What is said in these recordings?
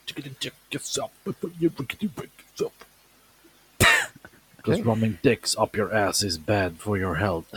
check yourself before you break yourself. Because rubbing dicks up your ass is bad for your health.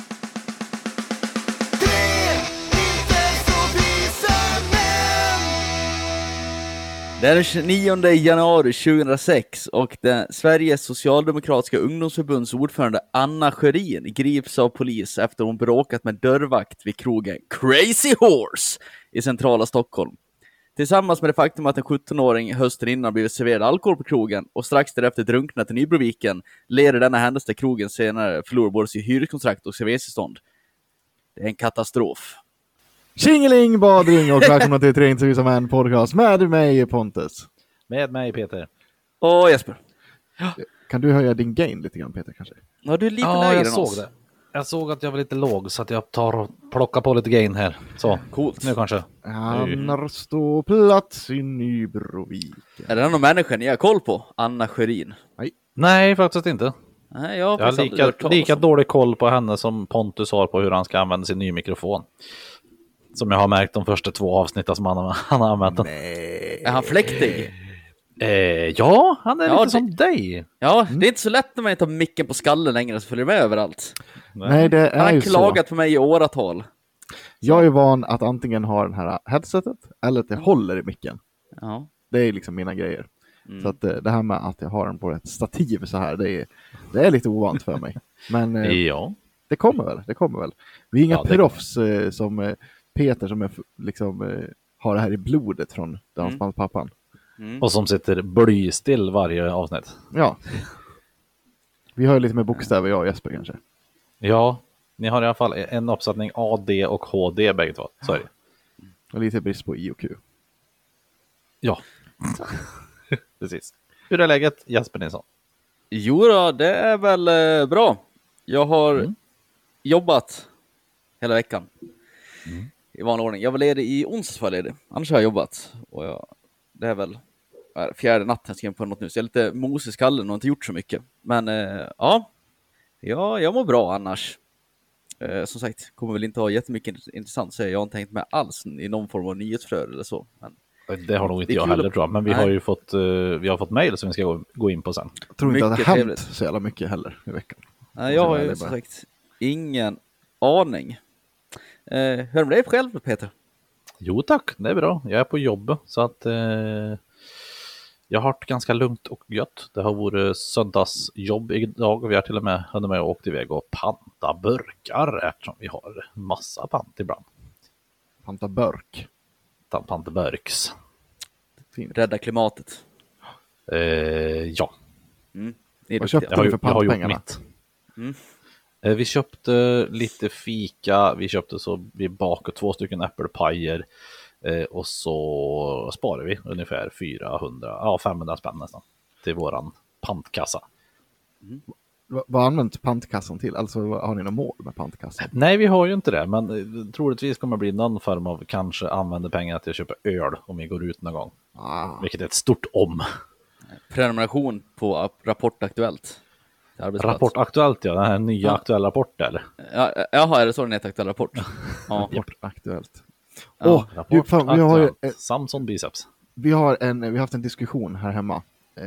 Det är den 29 januari 2006 och den Sveriges socialdemokratiska ungdomsförbunds ordförande Anna Sjörin grips av polis efter hon bråkat med dörrvakt vid krogen Crazy Horse i centrala Stockholm. Tillsammans med det faktum att en 17-åring hösten innan blivit serverad alkohol på krogen och strax därefter drunknat i Nybroviken leder denna händelse till krogen senare förlorar både sitt hyreskontrakt och serveringstillstånd. Det är en katastrof. Tjingeling, badring och välkomna till Tre intervjuer som en podcast med mig Pontus. Med mig Peter. Och Jesper. Kan du höja din gain lite grann Peter kanske? Ja, du är lite lägre jag än såg oss. det. Jag såg att jag var lite låg så att jag tar och plockar på lite gain här. Så, Coolt. nu kanske. Han står plats i Nybroviken. Är det någon människa ni har koll på? Anna Sjörin. Nej, faktiskt inte. Nej, Jag har lika dålig koll på henne som Pontus har på hur han ska använda sin nya mikrofon. Som jag har märkt de första 2 avsnitten som han har använt den. Är han fläktig? Ja, han är lite som dig. Ja, det är inte så lätt när man inte har micken på skallen längre så följer med överallt. Nej, det Han är har ju klagat så. på mig i åratal. Jag är van att antingen ha den här headsetet eller att jag håller i micken. Ja. Det är liksom mina grejer. Så att det här med att jag har den på ett stativ så här, det är lite ovant för mig. Men Ja. det kommer väl. Vi är inga Ja, det proffs som Peter som är liksom har det här i blodet från danspappan. Och som sitter blystill varje avsnitt. Ja. Vi har ju lite med bokstäver, jag och Jesper kanske. Ja, ni har i alla fall en uppsättning A, D och HD bägge två. Så är det. Och lite brist på I och Q. Ja, precis. Hur är läget, Jesper Nilsson? Jo då, det är väl bra. Jag har jobbat hela veckan. I vanlig ordning. Jag var ledig i onsdags var jag ledig. Annars har jag jobbat. Och det är väl fjärde natten jag ska på något nu. Så jag är lite mos i skallen och inte gjort så mycket. Men ja, jag mår bra annars. Som sagt, kommer väl inte ha jättemycket intressant så jag har inte tänkt med alls i någon form av nyhetsflöde eller så. Men Det har nog inte är jag kul heller att- tror jag. Men vi Nej. har ju fått mejl som vi ska gå in på sen. Jag tror inte att det Mycket har hänt trevligt. så jävla mycket heller i veckan. nej, jag har det ju är som bara- sagt ingen aning. Hur är det med dig själv, Peter? Jo tack, det är bra. Jag är på jobbet så att jag har haft ganska lugnt och gött. Det har varit söndagsjobb idag och vi har till och med hunnit med och åkt iväg och panta burkar eftersom vi har massa pant ibland. Panta burk. Panta burks. Fint. Rädda klimatet. Ja, Ni är Vad köpte duktiga. du för jag har gjort pantpengarna? mitt. Vi köpte lite fika, vi köpte så vi bakade 2 stycken äppelpajer och så sparar vi ungefär 500 spänn nästan till våran pantkassa. Vad använder pantkassan till? Alltså har ni något mål med pantkassan? Nej, vi har ju inte det, men troligtvis kommer det bli någon form av kanske använder pengar till att köpa öl om vi går ut någon gång. Vilket är ett stort om. Prenumeration på Rapport Aktuellt. Rapport Aktuellt, ja, den här nya aktuella rapport eller? Jaha, är det så den heter Aktuell Rapport? Ja. Rapport Aktuellt. Ja, Rapport fan, vi har ju, Aktuellt. Samson biceps. vi har haft en diskussion här hemma.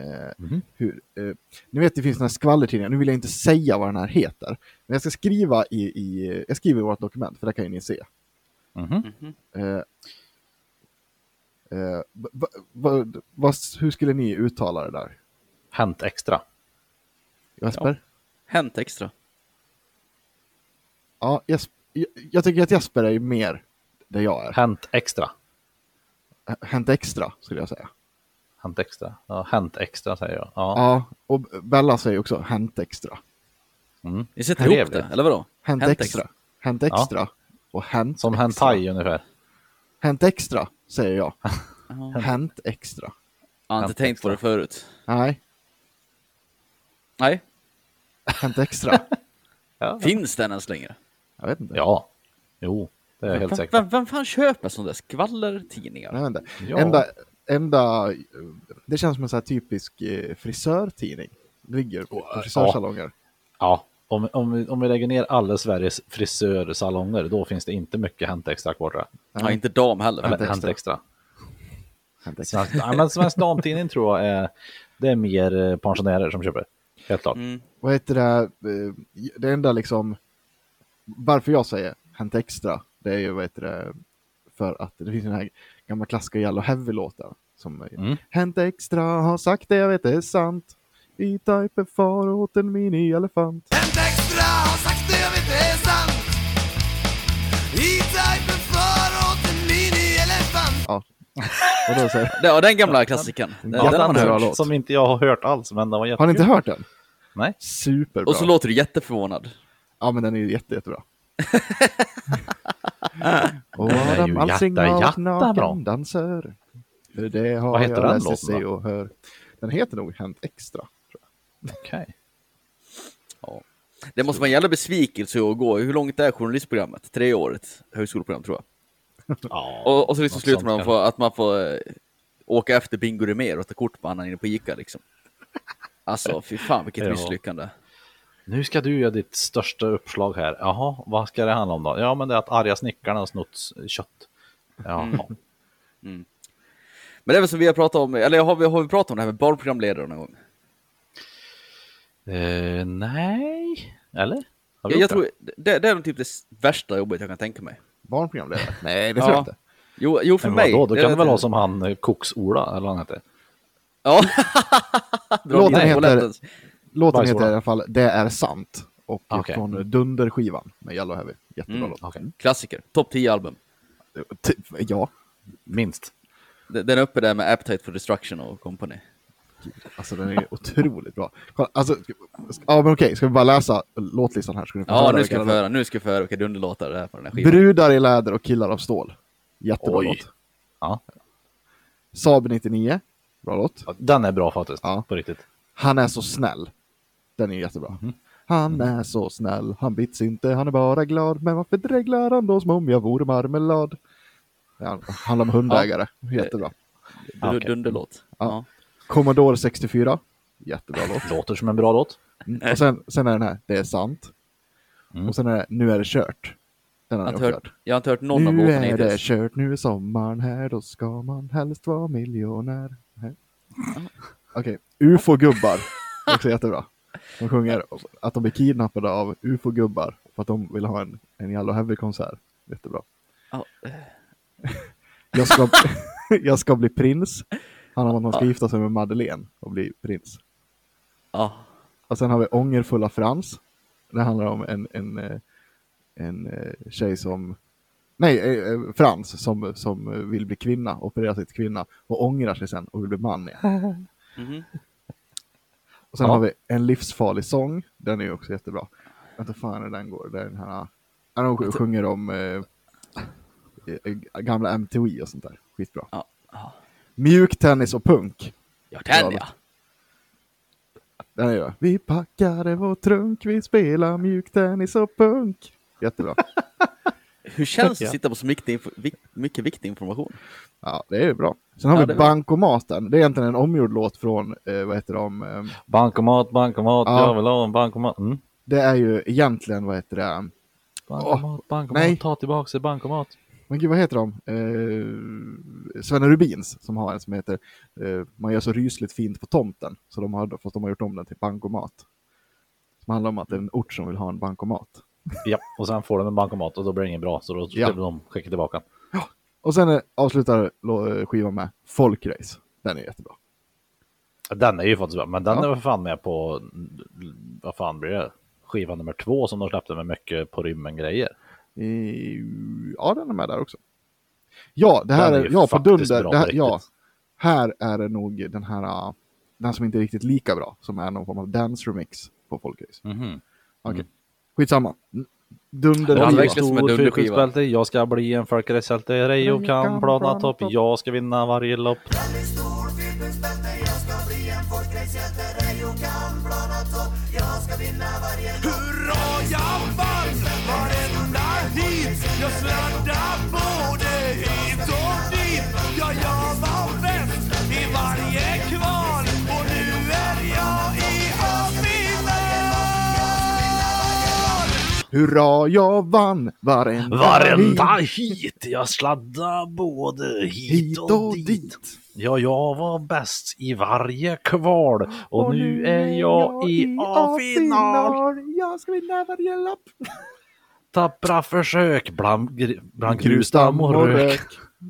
Ni vet det finns några skvallertidningar. Nu vill jag inte säga vad den här heter. Men jag ska skriva jag skriver i vårt dokument för det kan ju ni se. Hur skulle ni uttala det där? Hänt extra. Jesper? Hänt extra. Ja, jag tycker att Jesper är mer där jag är. Hänt extra. Hänt extra skulle jag säga. Hänt extra. Ja, hänt extra säger jag. Ja. Ja, och Bella säger också hänt extra. Ni sätter ihop Trevligt. det, eller vadå? Hänt extra. Hänt extra. Och hänt Som extra. hentai ungefär. Hänt extra, säger jag. Hänt extra. Jag har inte tänkt på det förut. Nej, Nej, hänt extra. finns den ens längre? Jag vet inte. Ja. Jo, det är jag helt säker på. Vem fan köper sådana där skvallertidningar? Jag vet inte. Ja. Enda, det känns som en sån här typisk frisörtidning. Ligger på frisörsalonger. Ja, om vi lägger ner alla Sveriges frisörsalonger, då finns det inte mycket Hänt extra kvar. Ja, inte dam heller. Eller Hänt Hänt extra. Hänt Extra. Men Svensk Damtidning tror jag det är mer pensionärer som köper. Helt klart. Vad heter det? Det enda liksom, varför jag säger Hänt Extra, det är ju, vad heter det, för att det finns den här gamla klassiska Yellow Heavy-låten som Hänt Extra har sagt det, jag vet det är sant. E-Type far åt en mini-elefant. Hänt Extra har sagt det, jag vet det är sant. E-Type far åt en mini-elefant. Ja. Och då säger, Ja, den gamla klassiken. Den har man jättebra hört. låt. Som inte jag har hört alls, men den var jättekul. har ni inte hört den? Nej. Superbra. Och så låter du jätteförvånad. Ja, men den är ju jättebra. Och Den är ju Adam Alsing har jättebra. nakendansör. För det har Vad heter jag den läst låten sig då? och hör. Den heter nog Hänt Extra. Okej. Ja. Det måste vara en jävla besvikelse att gå. Hur långt är journalistprogrammet? 3 år, högskoleprogram tror jag. Ja, Och så liksom något slutar sånt man att man får åka efter Bingo Rimér och ta kort på annan inne på Ica liksom. Alltså, fy fan vilket Ja. misslyckande. Nu ska du göra ditt största uppslag här. Jaha, vad ska det handla om då? Ja, men det är att arga snickarna har snott kött. Jaha. Men det är väl som vi har pratat om, eller har vi pratat om det här med barnprogramledare någon gång? Nej, eller? Har vi Jag gjort tror, det är nog typ det värsta jobbet jag kan tänka mig. Barnprogramledare? Nej, det tror jag inte. Jo för Men mig. vadå? Då kan det väl det- ha som han Koks-Ola, eller vad han heter. Ja. Låten Nej, heter- pollettens. Låten Bajsvård. heter i alla fall Det är sant. Och Okej. från Dunderskivan med Yellow Heavy. Jättebra låt. Okej. Klassiker. Topp 10 album. Ja, Minst. Den är uppe där med Appetite for Destruction och Company. alltså den är otroligt bra. Kolla, alltså, ja men okej, ska vi bara läsa låtlistan här? Ska ni få Ja, höra nu ska vilka jag få höra vilka dunderlåtar det är på den här skivan. Brudar i läder och killar av stål. Jättebra Oj. låt. Ja, Saab 99. Bra låt. den är bra faktiskt. Ja. På riktigt. Han är så snäll. Den är jättebra. Mhm. Han är så snäll, han bits inte, han är bara glad. Men varför dreglar han då som om jag vore marmelad? Ja, handlar om hundägare. Jättebra. Okej. Dunderlåt. Ja. Commodore 64. Jättebra låt. Låter som en bra låt. Och sen är den här, Det är sant. Mm. Och sen är det Nu är det kört. Den har Jag ni har också inte hört. jag har inte hört någon av Nu låtarna är det hittills. kört, nu är sommaren här, då ska man helst vara miljonär. Nej. Okej, UFO-gubbar. Också jättebra. De sjunger att de blir kidnappade av UFO-gubbar för att de vill ha en Yellow Heavy-konsert. Jättebra. Ja. Jag ska bli prins. Han om att man ska gifta sig med Madeleine och bli prins. Ja. Och sen har vi Ångerfulla Frans. Det handlar om en tjej som... Nej, Frans som vill bli kvinna, operera sig till kvinna och ångrar sig sen och vill bli man igen. Mhm. Och sen Ja. har vi En livsfarlig sång. Den är ju också jättebra. Vänta fan när den går. Det är den här... Han sjunger om gamla MTV och sånt där. Skitbra. Ja. Ja. Mjuktennis och punk. Ja, den ja. Den är ju. Vi packade vår trunk, vi spelar mjuktennis och punk. Jättebra. Hur känns det Ja. att sitta på så mycket viktig information? Ja, det är ju bra. Sen har Ja, vi det är bra. Bankomaten. Det är egentligen en omgjord låt från, vad heter de? Bankomat, Ja. jag vill ha en bankomat. Mm. Det är ju egentligen, vad heter det? Bankomat, nej. ta tillbaka sig bankomat. Men gud, vad heter de? Svenne Rubins som har en som heter Man gör så rysligt fint på tomten. Så de har gjort om den till Bankomat. Som handlar om att det är en ort som vill ha en bankomat. Ja, och sen får de en bankomat och då blir det inget bra. Så då Ja. skulle de skicka tillbaka. Och sen avslutar skivan med Folkrace. Den är jättebra. Den är ju faktiskt bra. Men den Ja. är för fan med på, vad fan blir det? Skiva nummer 2 som de släppte med mycket på rymmen-grejer. Ja, den är med där också. Ja, det här Den är är, ju ja, på faktiskt Dunder. bra Det här, på ja, riktigt. här är det nog den som inte är riktigt lika bra. Som är någon form av dance remix på Folkrace. Mhm. Okej, skitsamma. Dunder Ja, skiva. verkligen som en dunderskiva. fyrskjutsspälte, jag ska bli en folkracehjälte, Reijo kan plana topp, jag ska vinna varje lopp. Väldigt stor fyrpunktsbälte, jag ska bli en folkracehjälte. Reijo kan plana topp, jag ska vinna varje lopp. Hurra, jag vann varenda hit. Jag sladdar både hit och dit. Ja, jag var bäst i varje kval. Och nu är jag i A-final. Hurra, jag vann varenda Varenda hit, jag sladdar både hit hit och och dit. dit. Ja, jag var bäst i varje kval och nu är jag i A-final. Jag ska vinna varje lapp. Tappra försök bland grusdamm och rök.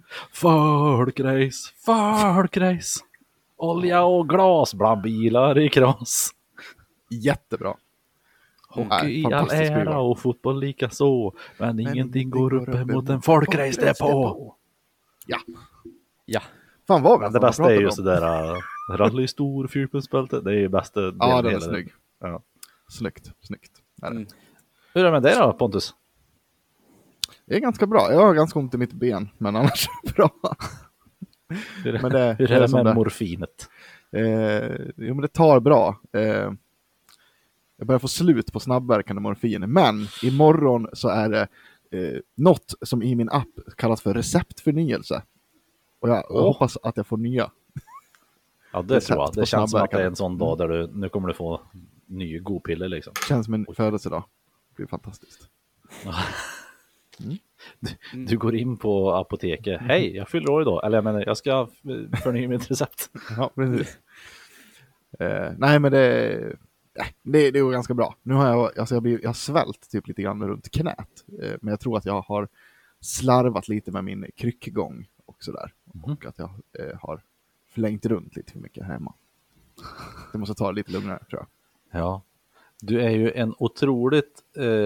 Folkrace. Olja och glas bland bilar i kras. Jättebra. Hockey i all fantastisk ära skiva. och fotboll lika så. Men ingenting går upp emot en folkrace där på. Ja. Fan vad Men det bästa är ju sådär rally stor fyrpunktsbälte. Det är ju bästa delen. Ja, den är hela det. snygg. Ja. Snyggt. Är det. Mm. Hur är det med dig då, Pontus? Det är ganska bra. Jag har ganska ont i mitt ben, men annars är det bra. Hur, Men det, hur är det som med morfinet? Jo, men det tar bra. Jag börjar få slut på snabbverkande morfin. Men imorgon så är det något som i min app kallas för receptförnyelse. Och jag hoppas att jag får nya. Ja, det recept tror jag. Det på känns som att det är snabbverkande. en sån dag där nu kommer du få ny godpiller liksom. Känns som en födelsedag. Det blir fantastiskt. Du går in på apoteket. Hej, jag fyller år idag. Eller jag menar, jag ska förnya mitt recept. Ja, precis. Nej, men det går ganska bra. Nu har jag har svält typ lite grann runt knät. Men jag tror att jag har slarvat lite med min kryckgång och sådär. Och att jag har förlängt runt lite för mycket hemma. Jag måste ta det lite lugnare, tror jag. Ja. Du är ju en otroligt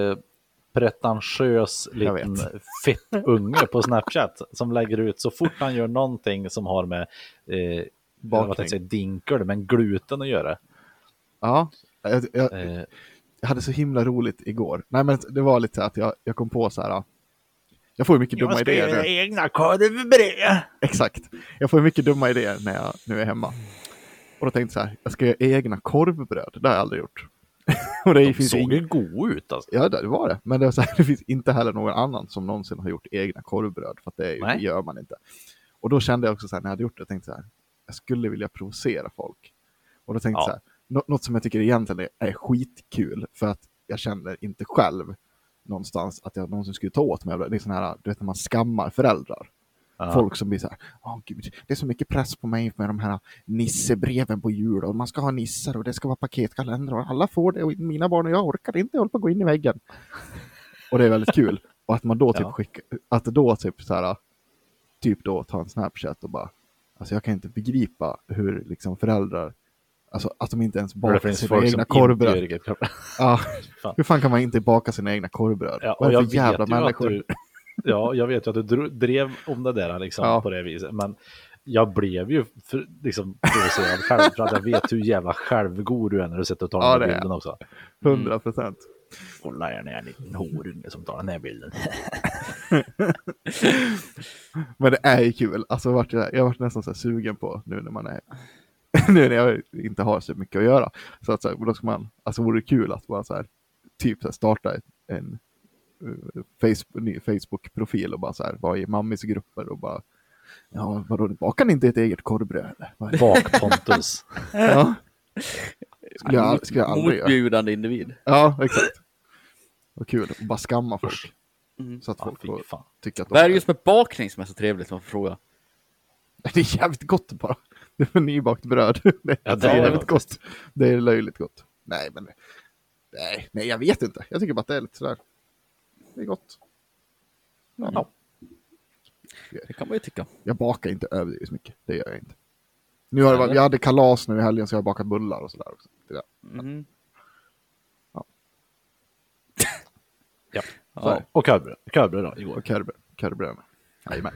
pretentiös Jag liten vet. fett unge på Snapchat som lägger ut så fort han gör någonting som har med vad tänkte jag säga, dinkel, men gluten att göra. Ja, jag Eh, hade så himla roligt igår. Nej, men det var lite så att jag kom på så här. Jag får ju mycket dumma idéer nu. egna korvbröd. Exakt. Jag får ju mycket dumma idéer när jag nu är hemma. Och då tänkte jag så här, jag ska göra egna korvbröd. Det har jag aldrig gjort. Och det De finns såg ju god ut alltså. Ja, det var det. Men det, var så här, det finns inte heller någon annan som någonsin har gjort egna korvbröd. För att det Nej. gör man inte. Och då kände jag också så här, när jag hade gjort det, jag tänkte så här, jag skulle vilja provocera folk. Och då tänkte jag så här, något som jag tycker egentligen är skitkul. För att jag känner inte själv någonstans att jag någonsin skulle ta åt mig. Det är sån här, du vet när man skammar föräldrar. Ja. Folk som blir så här, gud, det är så mycket press på mig med de här nissebreven på jul och man ska ha nissar och det ska vara paketkalendrar och alla får det och mina barn och jag orkar inte hålla på att gå in i väggen. Och det är väldigt kul. Och att man då typ så här, typ då tar en Snapchat och bara, alltså jag kan inte begripa hur liksom föräldrar, alltså att de inte ens bakar sina egna korvbröd. Ja, Fan. hur fan kan man inte baka sina egna korvbröd? Ja, Vad är och det för jävla människor? Jag vet ju att du drev om det där liksom, Ja. på det viset. Men jag blev ju liksom provocerad själv för att jag vet hur jävla självgod du är när du sitter och tar Ja, den det här är. bilden också. 100%. Kolla här, när jag är en liten horunge som tar den här bilden. Men det är ju kul. Alltså, jag har varit nästan så här sugen på nu när man är nu när jag inte har så mycket att göra. Så att så här, då ska man, alltså vore det kul att bara så här, typ så här, starta en ny Facebook-profil och bara så här, vara i mammis grupper och bara, ja, vadå, bakar ni inte ett eget korvbröd? Eller? Bak-Pontus. Ja. Skulle jag aldrig göra. Motbjudande individ. Ja, exakt. Vad kul att bara skamma folk. Så att Ja, folk fy får fan. tycka att Vad är det just med bakning som är så trevligt som man får fråga? Det är jävligt gott bara. Det är för nybakt bröd. Det Ja, är det är jävligt det gott. Det är löjligt gott. Nej, men nej, jag vet inte. Jag tycker bara att det är lite sådär. Det är gott. Ja. Det kan man ju tycka. Jag bakar inte överdrivet mycket. Det gör jag inte. Nu har jag hade kalas nu i helgen så jag har bakat bullar och sådär också. Det där. Mm. Ja. Ja. Och korvbröd då, igår. Och körbröd. Jajamän.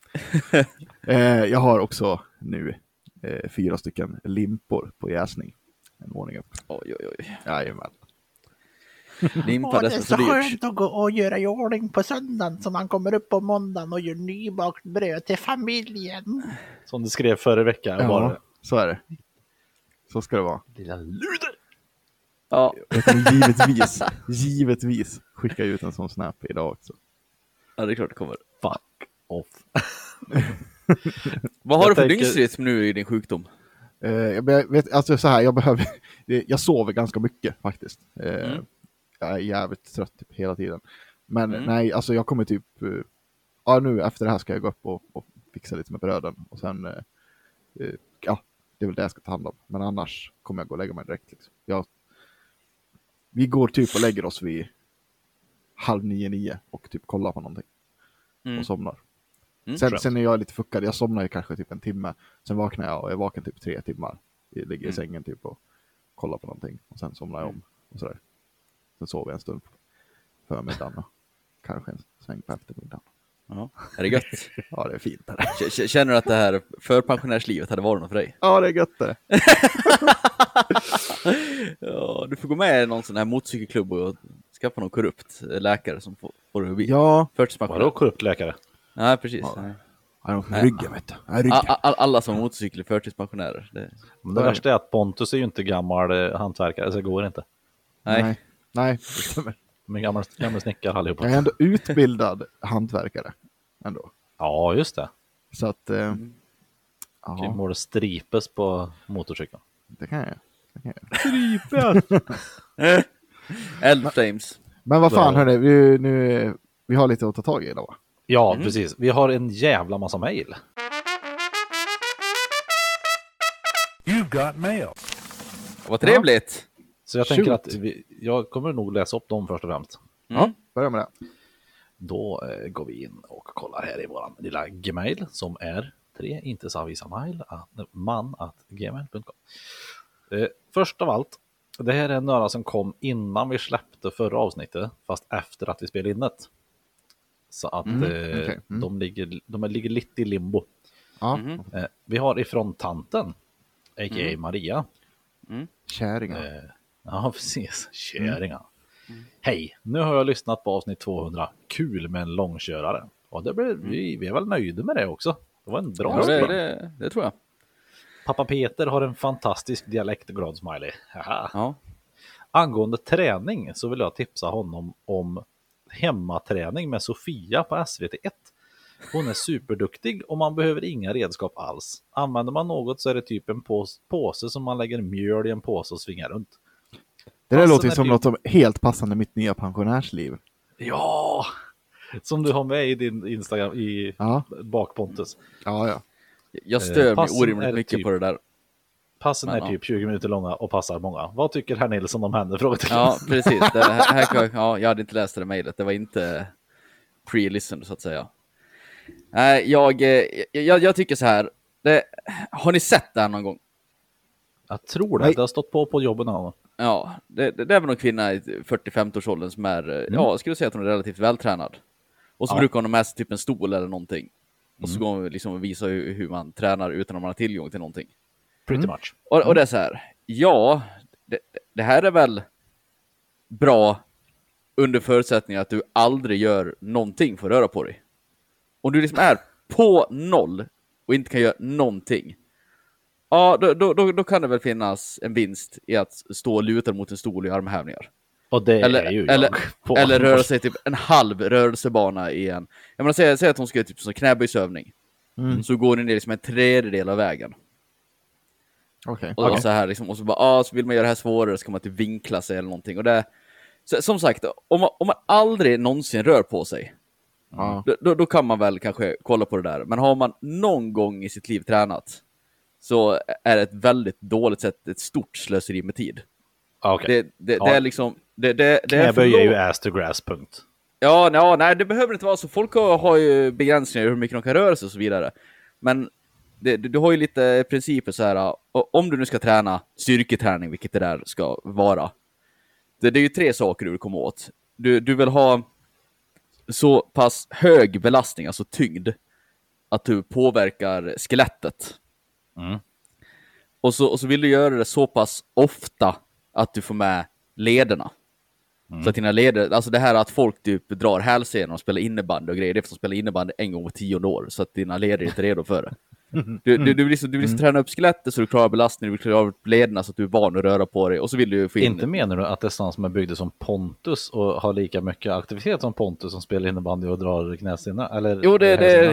Jag har också nu 4 stycken limpor på jäsning. En våning upp. Oj. Jajamän. Limpa, det är så dyrt. att gå och göra i ordning på söndagen så man kommer upp på måndagen och gör nybakt bröd till familjen. Som du skrev förra veckan. Ja, Bara, så är det. Så ska det vara. lilla luder. Ja, Jag kommer givetvis skicka ut en sån snap idag också. ja, det är klart det kommer. Fuck off. Vad har Jag du för tänker- dygnsrytm nu i din sjukdom? Jag vet, alltså så här, jag sover ganska mycket faktiskt. Jag är jävligt trött typ hela tiden. Men nej, alltså jag kommer typ, nu efter det här ska jag gå upp och fixa lite med bröden. Och sen ja, det är väl det jag ska ta hand om. Men annars kommer jag gå och lägga mig direkt. Liksom. Vi går typ och lägger oss vid 8:30 och typ kollar på någonting. Och somnar. Sen är jag lite fuckad. Jag somnar ju kanske typ en timme. Sen vaknar jag och jag vaknar typ 3 timmar. Jag ligger i sängen typ och kollar på någonting. Och sen somnar jag om. Och sådär. Sen sover jag en stund på förmiddagen. Och kanske en sväng på eftermiddagen. Ja, är det gött? Ja, det är fint. Där. Känner du att det här förpensionärslivet hade varit något för dig? Ja, det är gött det. Ja, du får gå med i någon sån här motorcykelklubb och skaffa någon korrupt läkare som får du bli förtidspensionär. Vadå korrupt läkare? Nej, precis. Ja. Jag har ryggen, vet du. Alla som motorcykel är förtidspensionärer. Men det värsta är att Pontus är ju inte gammal hantverkare, så det går inte. Nej. Det stämmer. De är gamla snickare allihopa. Jag är ändå utbildad hantverkare. Ändå. Ja, just det. Så att... Du måste stripes på motorcykeln. Det kan jag. Eldflames. Men vad fan, hörni, vi har lite att ta tag i idag, va? Ja, precis. Vi har en jävla massa mejl. You got mail. Vad trevligt. Så jag tänker att jag kommer nog läsa upp dem först och främst. Ja, börja med det. Då går vi in och kollar här i våran lilla gmail som är 3intesavvisamail@gmail.com. Först av allt, det här är några som kom innan vi släppte förra avsnittet, fast efter att vi spelade in det. Så att de ligger lite i limbo. Ja. Vi har ifrån tanten, a.k.a. Maria. Käringar. Ja, precis. Käringar. Hej, nu har jag lyssnat på avsnitt 200. Kul med en långkörare. Och det blev, vi är väl nöjda med det också. Det var en bra det tror jag. Pappa Peter har en fantastisk dialekt, glad smiley. Ja. Angående träning så vill jag tipsa honom om hemmaträning med Sofia på SVT1. Hon är superduktig och man behöver inga redskap alls. Använder man något så är det typ en påse som man lägger mjöl i en påse och svingar runt. Det där låter som något som helt passande mitt nya pensionärsliv. Ja, som du har med i din Instagram i bakpontus. Ja. Jag stör mig orimligt mycket typ, på det där. Passen är typ 20 minuter långa och passar många. Vad tycker herr Nilsson om henne? Ja, precis. Jag hade inte läst det mejlet. Det var inte pre-listened så att säga. Jag tycker så här. Har ni sett det här någon gång? Jag tror det. Det har stått på jobben någon gång. Ja, det är väl någon kvinna i 45-årsåldern som är, jag skulle säga att hon är relativt vältränad. Och så brukar hon ha med sig typ en stol eller någonting. Och så går hon liksom och visar hur man tränar utan att man har tillgång till någonting. Pretty much. Och det är så här, det här är väl bra under förutsättning att du aldrig gör någonting för att röra på dig. Om du liksom är på noll och inte kan göra någonting, ja, då kan det väl finnas en vinst i att stå och luta mot en stol i armhävningar. Och det är ju eller röra sig typ en halv rörelsebana i en... Jag menar, säg att hon ska göra typ en knäböjsövning. Så går ni ner liksom en tredjedel av vägen. Okay. Och så här liksom, och så bara, så vill man göra det här svårare så kan man typ vinkla sig eller någonting. Och det, så, som sagt, om man aldrig någonsin rör på sig, då kan man väl kanske kolla på det där. Men har man någon gång i sitt liv tränat, så är det ett väldigt dåligt sätt, ett stort slöseri med tid. Okay. Det är liksom... Knäböj är ju ass to grass, punkt. Nej, det behöver inte vara så. Folk har ju begränsningar hur mycket de kan röra sig och så vidare. Men du har ju lite principer så här. Om du nu ska träna styrketräning, vilket det där ska vara. Det är ju 3 saker du vill komma åt. Du vill ha så pass hög belastning, alltså tyngd, att du påverkar skelettet. Och så vill du göra det så pass ofta att du får med lederna. Så att dina leder, alltså det här att folk typ drar hälsenor och spelar innebandy och grejer, det är för att de spelar innebandy en gång på 10 år, så att dina leder inte är redo för det. Du vill träna upp skelettet så du klarar belastning, du vill klara upp lederna så att du är van att röra på dig, och så vill du få in... Inte menar du att det är sådana som är byggda som Pontus och har lika mycket aktivitet som Pontus som spelar innebandy och drar knäsena? Eller jo, det är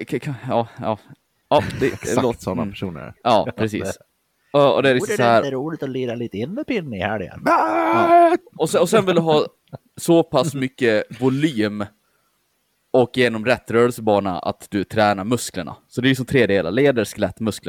exakt sådana personer. Ja, precis. Och det är liksom så här... Det är roligt att lira lite innepinne i helgen. Ja. Och sen vill du ha så pass mycket volym och genom rätt rörelsebana att du tränar musklerna. Så det är liksom 3 delar: leder, skelett, muskler.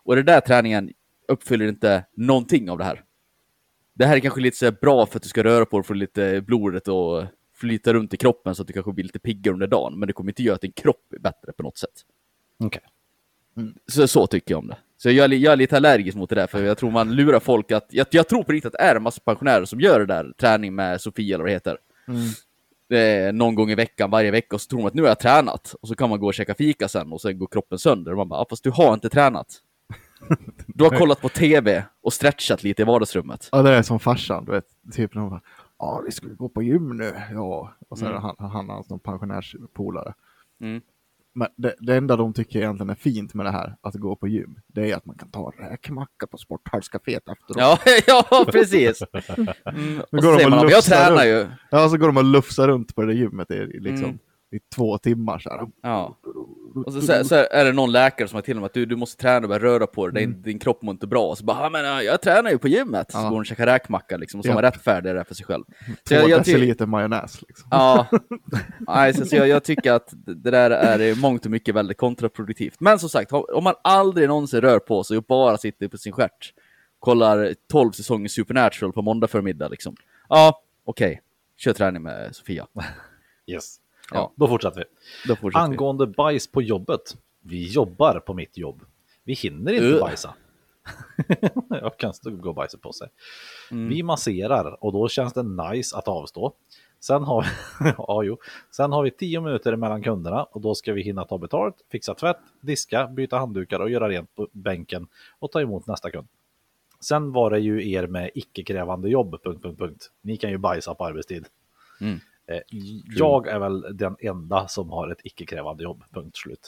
Och den där träningen uppfyller inte någonting av det här. Det här är kanske lite så bra för att du ska röra på dig, för lite blodet och flyta runt i kroppen så att du kanske blir lite piggare under dagen. Men det kommer inte göra att din kropp är bättre på något sätt. Okej. Så tycker jag om det. Så jag är lite allergisk mot det där, för jag tror man lurar folk att... Jag tror på riktigt att det är en massa pensionärer som gör det där, träning med Sofia eller vad det heter. Någon gång i veckan, varje vecka, och så tror man att nu har jag tränat. Och så kan man gå och käka fika sen och sen går kroppen sönder. Och man bara, fast du har inte tränat. Du har kollat på tv och stretchat lite i vardagsrummet. Ja, det är som farsan, du vet. Typ någon bara, ja, vi skulle gå på gym nu. Ja, och så är det han har någon pensionärspolare. Men det enda de tycker egentligen är fint med det här, att gå på gym, det är att man kan ta en räkmacka på Sporthallscaféet efteråt. Ja, precis. Och så säger man, jag tränar ju. Ja, så går de och lufsar runt på det där gymmet liksom, i 2 timmar. Så här. Ja. Och så är det någon läkare som har till och med att du måste träna och börja röra på dig. Din kropp mår inte bra. Och så bara, men jag tränar ju på gymmet. Så går hon och käkar räkmacka liksom, och så är man rättfärdig där för sig själv. 2 deciliter majonnäs liksom. Ja, så jag tycker att det där är mångt och mycket väldigt kontraproduktivt. Men som sagt, om man aldrig någonsin rör på sig och bara sitter på sin stjärt, kollar 12 säsonger Supernatural på måndag förmiddag liksom. Ja, okej. Kör träning med Sofia. Yes. Ja. Ja, då fortsätter vi. Angående bajs på jobbet. Vi jobbar på mitt jobb. Vi hinner inte bajsa. Jag kan stå och gå och bajsa på sig. Vi masserar och då känns det nice att avstå. Sen har vi 10 minuter mellan kunderna och då ska vi hinna ta betalt, fixa tvätt, diska, byta handdukar och göra rent på bänken och ta emot nästa kund. Sen var det ju er med icke-krävande jobb. ... Ni kan ju bajsa på arbetstid. Jag är väl den enda som har ett icke-krävande jobb. Punkt slut.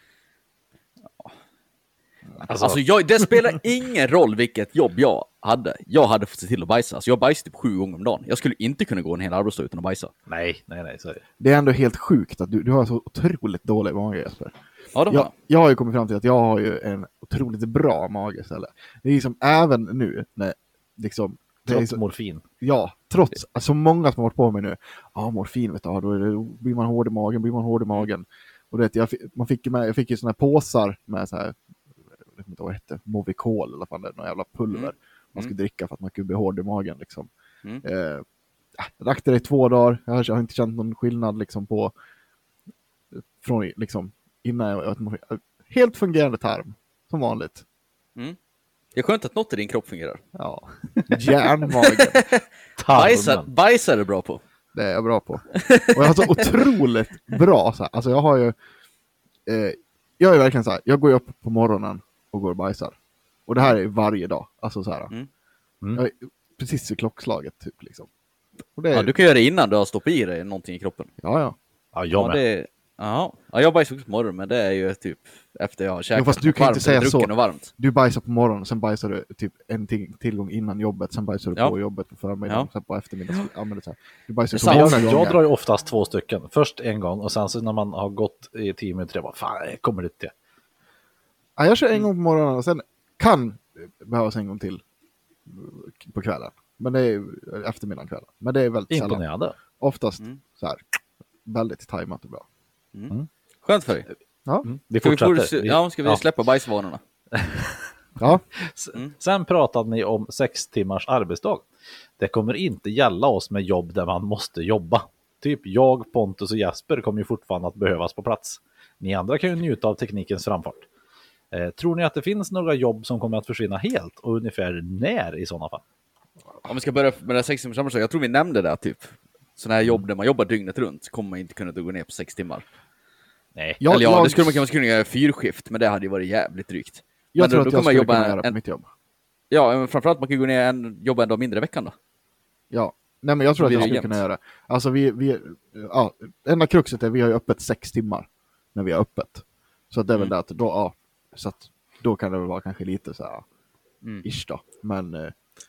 Alltså det spelar ingen roll vilket jobb jag hade. Jag hade fått se till att bajsa. Så jag bajsade typ 7 gånger om dagen. Jag skulle inte kunna gå en hel arbetsdag utan att bajsa. Nej, så är det. Det är ändå helt sjukt att du har så otroligt dålig mage, Jesper. Ja, jag har ju kommit fram till att jag har ju en otroligt bra mage istället. Det är liksom även nu när liksom trots morfin. Ja, trots alltså många som har varit på mig nu. Ja, morfin vet du, då blir man hård i magen, Och det jag fick ju såna här påsar med så här, jag vet inte vad det hette, Movicol eller vad det är, någon jävla pulver man skulle dricka för att man kunde bli hård i magen liksom. Jag drack det i 2 dagar. Jag har inte känt någon skillnad liksom från liksom innan jag helt fungerande tarm som vanligt. Det är skönt att något i din kropp fungerar. Ja. Järnmagen. Bajsar är bra på. Det är jag bra på. Och jag har så otroligt bra så här. Alltså jag har ju jag är verkligen så här, jag går ju upp på morgonen och går och bajsar. Och det här är varje dag. Alltså så här. Jag är precis i klockslaget typ liksom. Och det är... du kan göra det innan du har stoppat i dig någonting i kroppen. Ja, jag med. Jag bajsar också på morgonen, men det är ju typ efter jag har käkat. Fast du kan inte säga så. Varmt. Du bajsar på morgonen och sen bajsar du typ en tillgång innan jobbet, sen bajsar du på jobbet på förmiddagen, sen på eftermiddagen. Du bajsar jag drar ju oftast 2 stycken. Först en gång och sen så när man har gått i 10 minuter jag bara, fan, jag kommer det till. Ja, jag kör en gång på morgonen och sen kan behövas en gång till på kvällen. Men det är eftermiddagen, kvällen. Men det är väldigt imponerande. Sällan. Oftast så här väldigt tajmat och bra. Skönt för dig. Ja. Vi fortsätter. Ska vi släppa bajsvanorna? Ja. Sen pratade ni om 6 timmars arbetsdag. Det kommer inte gälla oss med jobb där man måste jobba. Typ jag, Pontus och Jesper kommer ju fortfarande att behövas på plats. Ni andra kan ju njuta av teknikens framfart. Tror ni att det finns några jobb som kommer att försvinna helt och ungefär när i sådana fall? Om vi ska börja med det 6 timmars arbetsdag, jag tror vi nämnde det typ. Sådana här jobb där man jobbar dygnet runt kommer man inte kunna gå ner på 6 timmar. Nej. Det skulle man kunna göra 4-skift, men det hade ju varit jävligt drygt. Jag tror att jag skulle kunna göra på mitt jobb. Ja, men framförallt man kan gå ner jobba en dag mindre i veckan då. Ja, nej men jag tror att jag skulle kunna göra. Alltså enda kruxet är vi har ju öppet 6 timmar när vi har öppet. Så att det är väl det att då, så att då kan det väl vara kanske lite så här ish då. Men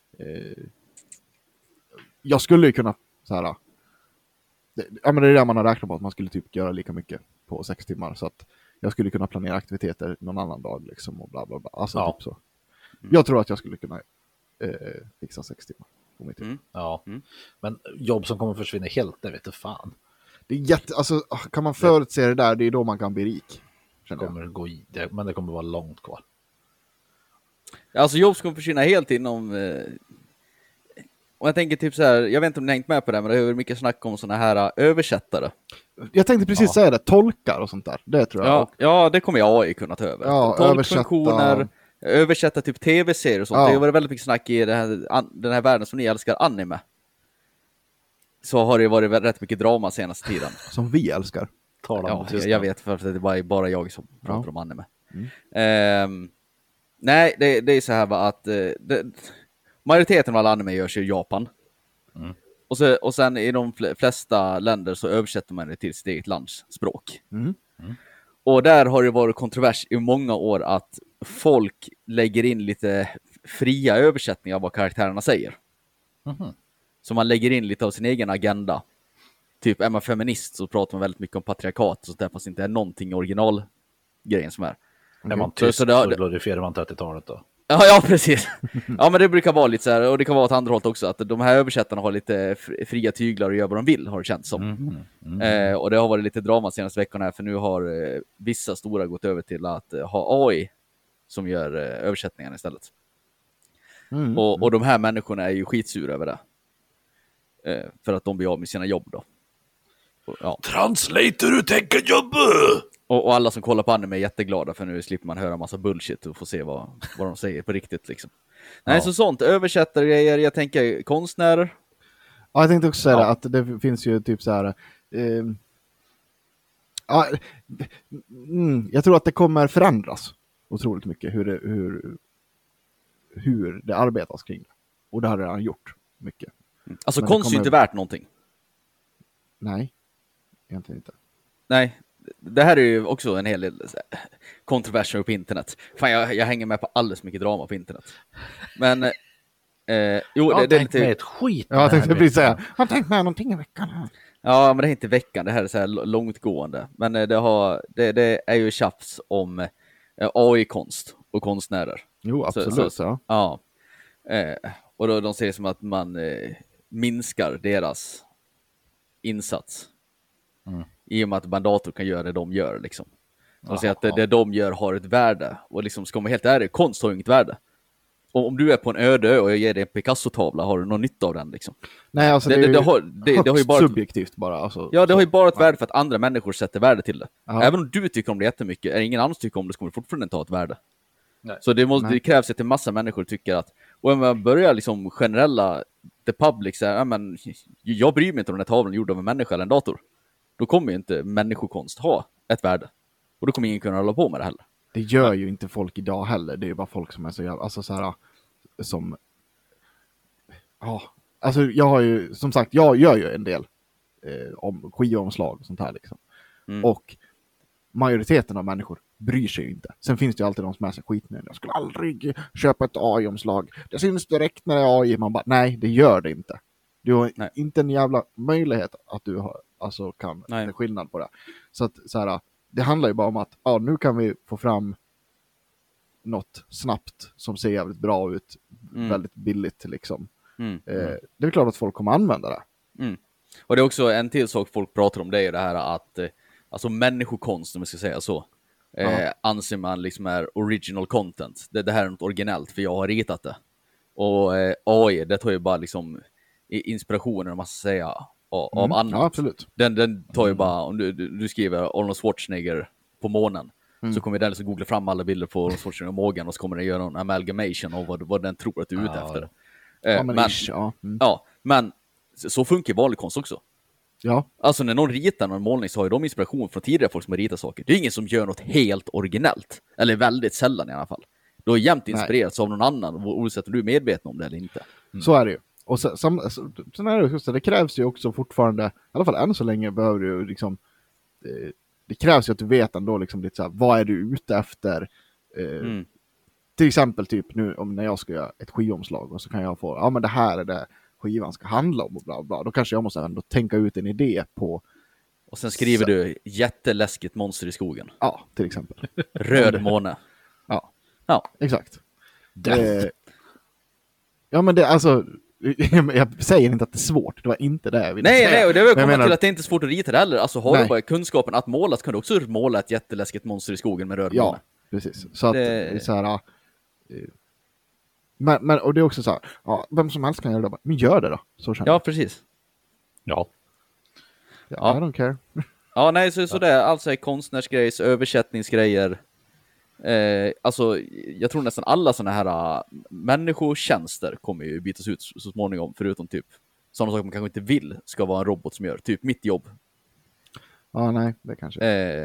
jag skulle ju kunna så här. Men det är det man har räknat på, att man skulle typ göra lika mycket på 6 timmar. Så att jag skulle kunna planera aktiviteter någon annan dag liksom och bla bla bla. Alltså typ så. Jag tror att jag skulle kunna fixa 6 timmar på mitt jobb. Men jobb som kommer försvinna helt, det vet du fan. Det är alltså kan man förutse det där, det är då man kan bli rik. Men det kommer vara långt kvar. Alltså jobb ska försvinna helt inom... Och jag tänker typ så här, jag vet inte om ni har hängt med på det, men det är mycket snack om såna här översättare. Jag tänkte precis säga det, tolkar och sånt där. Det tror jag. Ja, det kommer AI kunna ta över. Ja, Tolkfunktioner, översätta typ tv-serier och sånt. Ja. Det var väldigt mycket snack i den här världen som ni älskar, anime. Så har det varit rätt mycket drama senaste tiden. Som vi älskar. Ja, jag vet, för att det är bara jag som pratar om anime. Nej, det är så här va, att majoriteten av alla anime görs i Japan. Och sen i de flesta länder så översätter man det till sitt eget lands språk. Och där har det varit kontrovers i många år att folk lägger in lite fria översättningar av vad karaktärerna säger. Så man lägger in lite av sin egen agenda. Typ är man feminist så pratar man väldigt mycket om patriarkat, så där fast inte är någonting originalgrejen som är. Är man tyst så glorifierar man 30-talet då. Ja, precis. Ja, men det brukar vara lite så här, och det kan vara åt andra hållet också, att de här översättarna har lite fria tyglar och gör vad de vill, har det känts som. Och det har varit lite drama senaste veckorna här, för nu har vissa stora gått över till att ha AI som gör översättningarna istället. Och de här människorna är ju skitsura över det. För att de blir av med sina jobb då. Ja. Translator tänker jobba! Och alla som kollar på anime är jätteglada, för nu slipper man höra massa bullshit och få se vad de säger på riktigt liksom. Nej, så sånt, översättargrejer, jag tänker konstnärer. Ja, jag tänkte också säga det, att det finns ju typ så här... jag tror att det kommer förändras otroligt mycket hur det arbetas kring det. Och det har det redan gjort mycket. Alltså men konst är ju inte värt någonting. Nej, egentligen inte. Nej, det här är ju också en hel del kontroverser på internet. Fan, jag hänger med på alldeles mycket drama på internet. Men jo, jag det är tänkte lite... med ett skit. Ja, jag tänkte precis säga, jag har tänkt med någonting i veckan här. Ja, men det är inte veckan, det här är så här långtgående. Men det är ju tjafs om AI-konst och konstnärer. Jo, absolut. Ja. Och då de ser det som att man minskar deras insats. I och med att en dator kan göra det de gör liksom. De säger att det de gör har ett värde. Och liksom, ska man helt ärlig, konst har inget värde. Och om du är på en öde ö och jag ger dig en Picasso-tavla, har du någon nytta av den liksom? Nej, alltså det har ju bara subjektivt bara. Alltså, ja, det har ju bara ett värde för att andra människor sätter värde till det. Även om du tycker om det jättemycket, är ingen annan som tycker om det, så kommer det fortfarande inte ha ett värde. Nej. Så det krävs att en massa människor tycker att, och om man börjar liksom generella the public säga, men jag bryr mig inte om den här tavlan gjord av en människa eller en dator. Då kommer ju inte människokonst ha ett värde. Och då kommer ingen kunna hålla på med det heller. Det gör ju inte folk idag heller. Det är ju bara folk som är så jävla, alltså så här, som alltså jag har ju, som sagt, jag gör ju en del om skivomslag och sånt här liksom. Och majoriteten av människor bryr sig ju inte. Sen finns det ju alltid de som är så skitnödiga. Jag skulle aldrig köpa ett AI-omslag. Det syns direkt när det är AI. Man bara, nej, det gör det inte. Du har inte en jävla möjlighet att du har, alltså kan se skillnad på det. Så att så här, det handlar ju bara om att nu kan vi få fram något snabbt som ser jävligt bra ut, väldigt billigt liksom. Det är klart att folk kommer använda det. Och det är också en till sak folk pratar om, det är det här att alltså människokonst, om jag ska säga så, anser man liksom är original content. Det här är något originellt för jag har ritat det. Och AI, det tar ju bara liksom inspirationer, om man ska säga, av annat. Ja, absolut. Den tar ju bara, om du skriver Arnold Schwarzenegger på månen, så kommer den liksom googla fram alla bilder på Arnold Schwarzenegger och mågen, och så kommer den göra någon amalgamation av vad den tror att du är ute efter. Men så funkar vanlig konst också. Ja. Alltså när någon ritar någon målning så har ju de inspiration från tidigare folk som har ritat saker. Det är ingen som gör något helt originellt. Eller väldigt sällan i alla fall. Du har jämt inspirerats av någon annan, oavsett om du är medveten om det eller inte. Så är det ju. Och sen är det just det krävs ju också fortfarande, i alla fall än så länge behöver du liksom, det krävs ju att du vet ändå liksom lite så här, vad är du ute efter? Till exempel typ nu om när jag ska göra ett skivomslag, och så kan jag få, men det här är det skivan ska handla om och bla bla. Då kanske jag måste ändå tänka ut en idé på. Och sen skriver du jätteläskigt monster i skogen. Ja, till exempel. Röd måne. Ja, exakt. Ja, men det alltså, jag säger inte att det är svårt. Det var inte det jag ville säga. Nej, och det var komma till att det är inte svårt att rita det heller. Alltså har du bara kunskapen att måla, så kan du också måla ett jätteläskigt monster i skogen med röd måne. Ja, precis. Så att det är så här, Men och det är också så här, ja, vem som helst kan göra det. Men gör det då. Så känner Ja, precis. Ja. jag. ja. I don't care. Ja, nej, så det är alltså konstnärsgrejs, översättningsgrejer. Alltså, jag tror nästan alla såna här människotjänster kommer ju bytas ut så småningom, förutom typ sådana saker man kanske inte vill ska vara en robot som gör. Typ mitt jobb. Ja, nej, det kanske.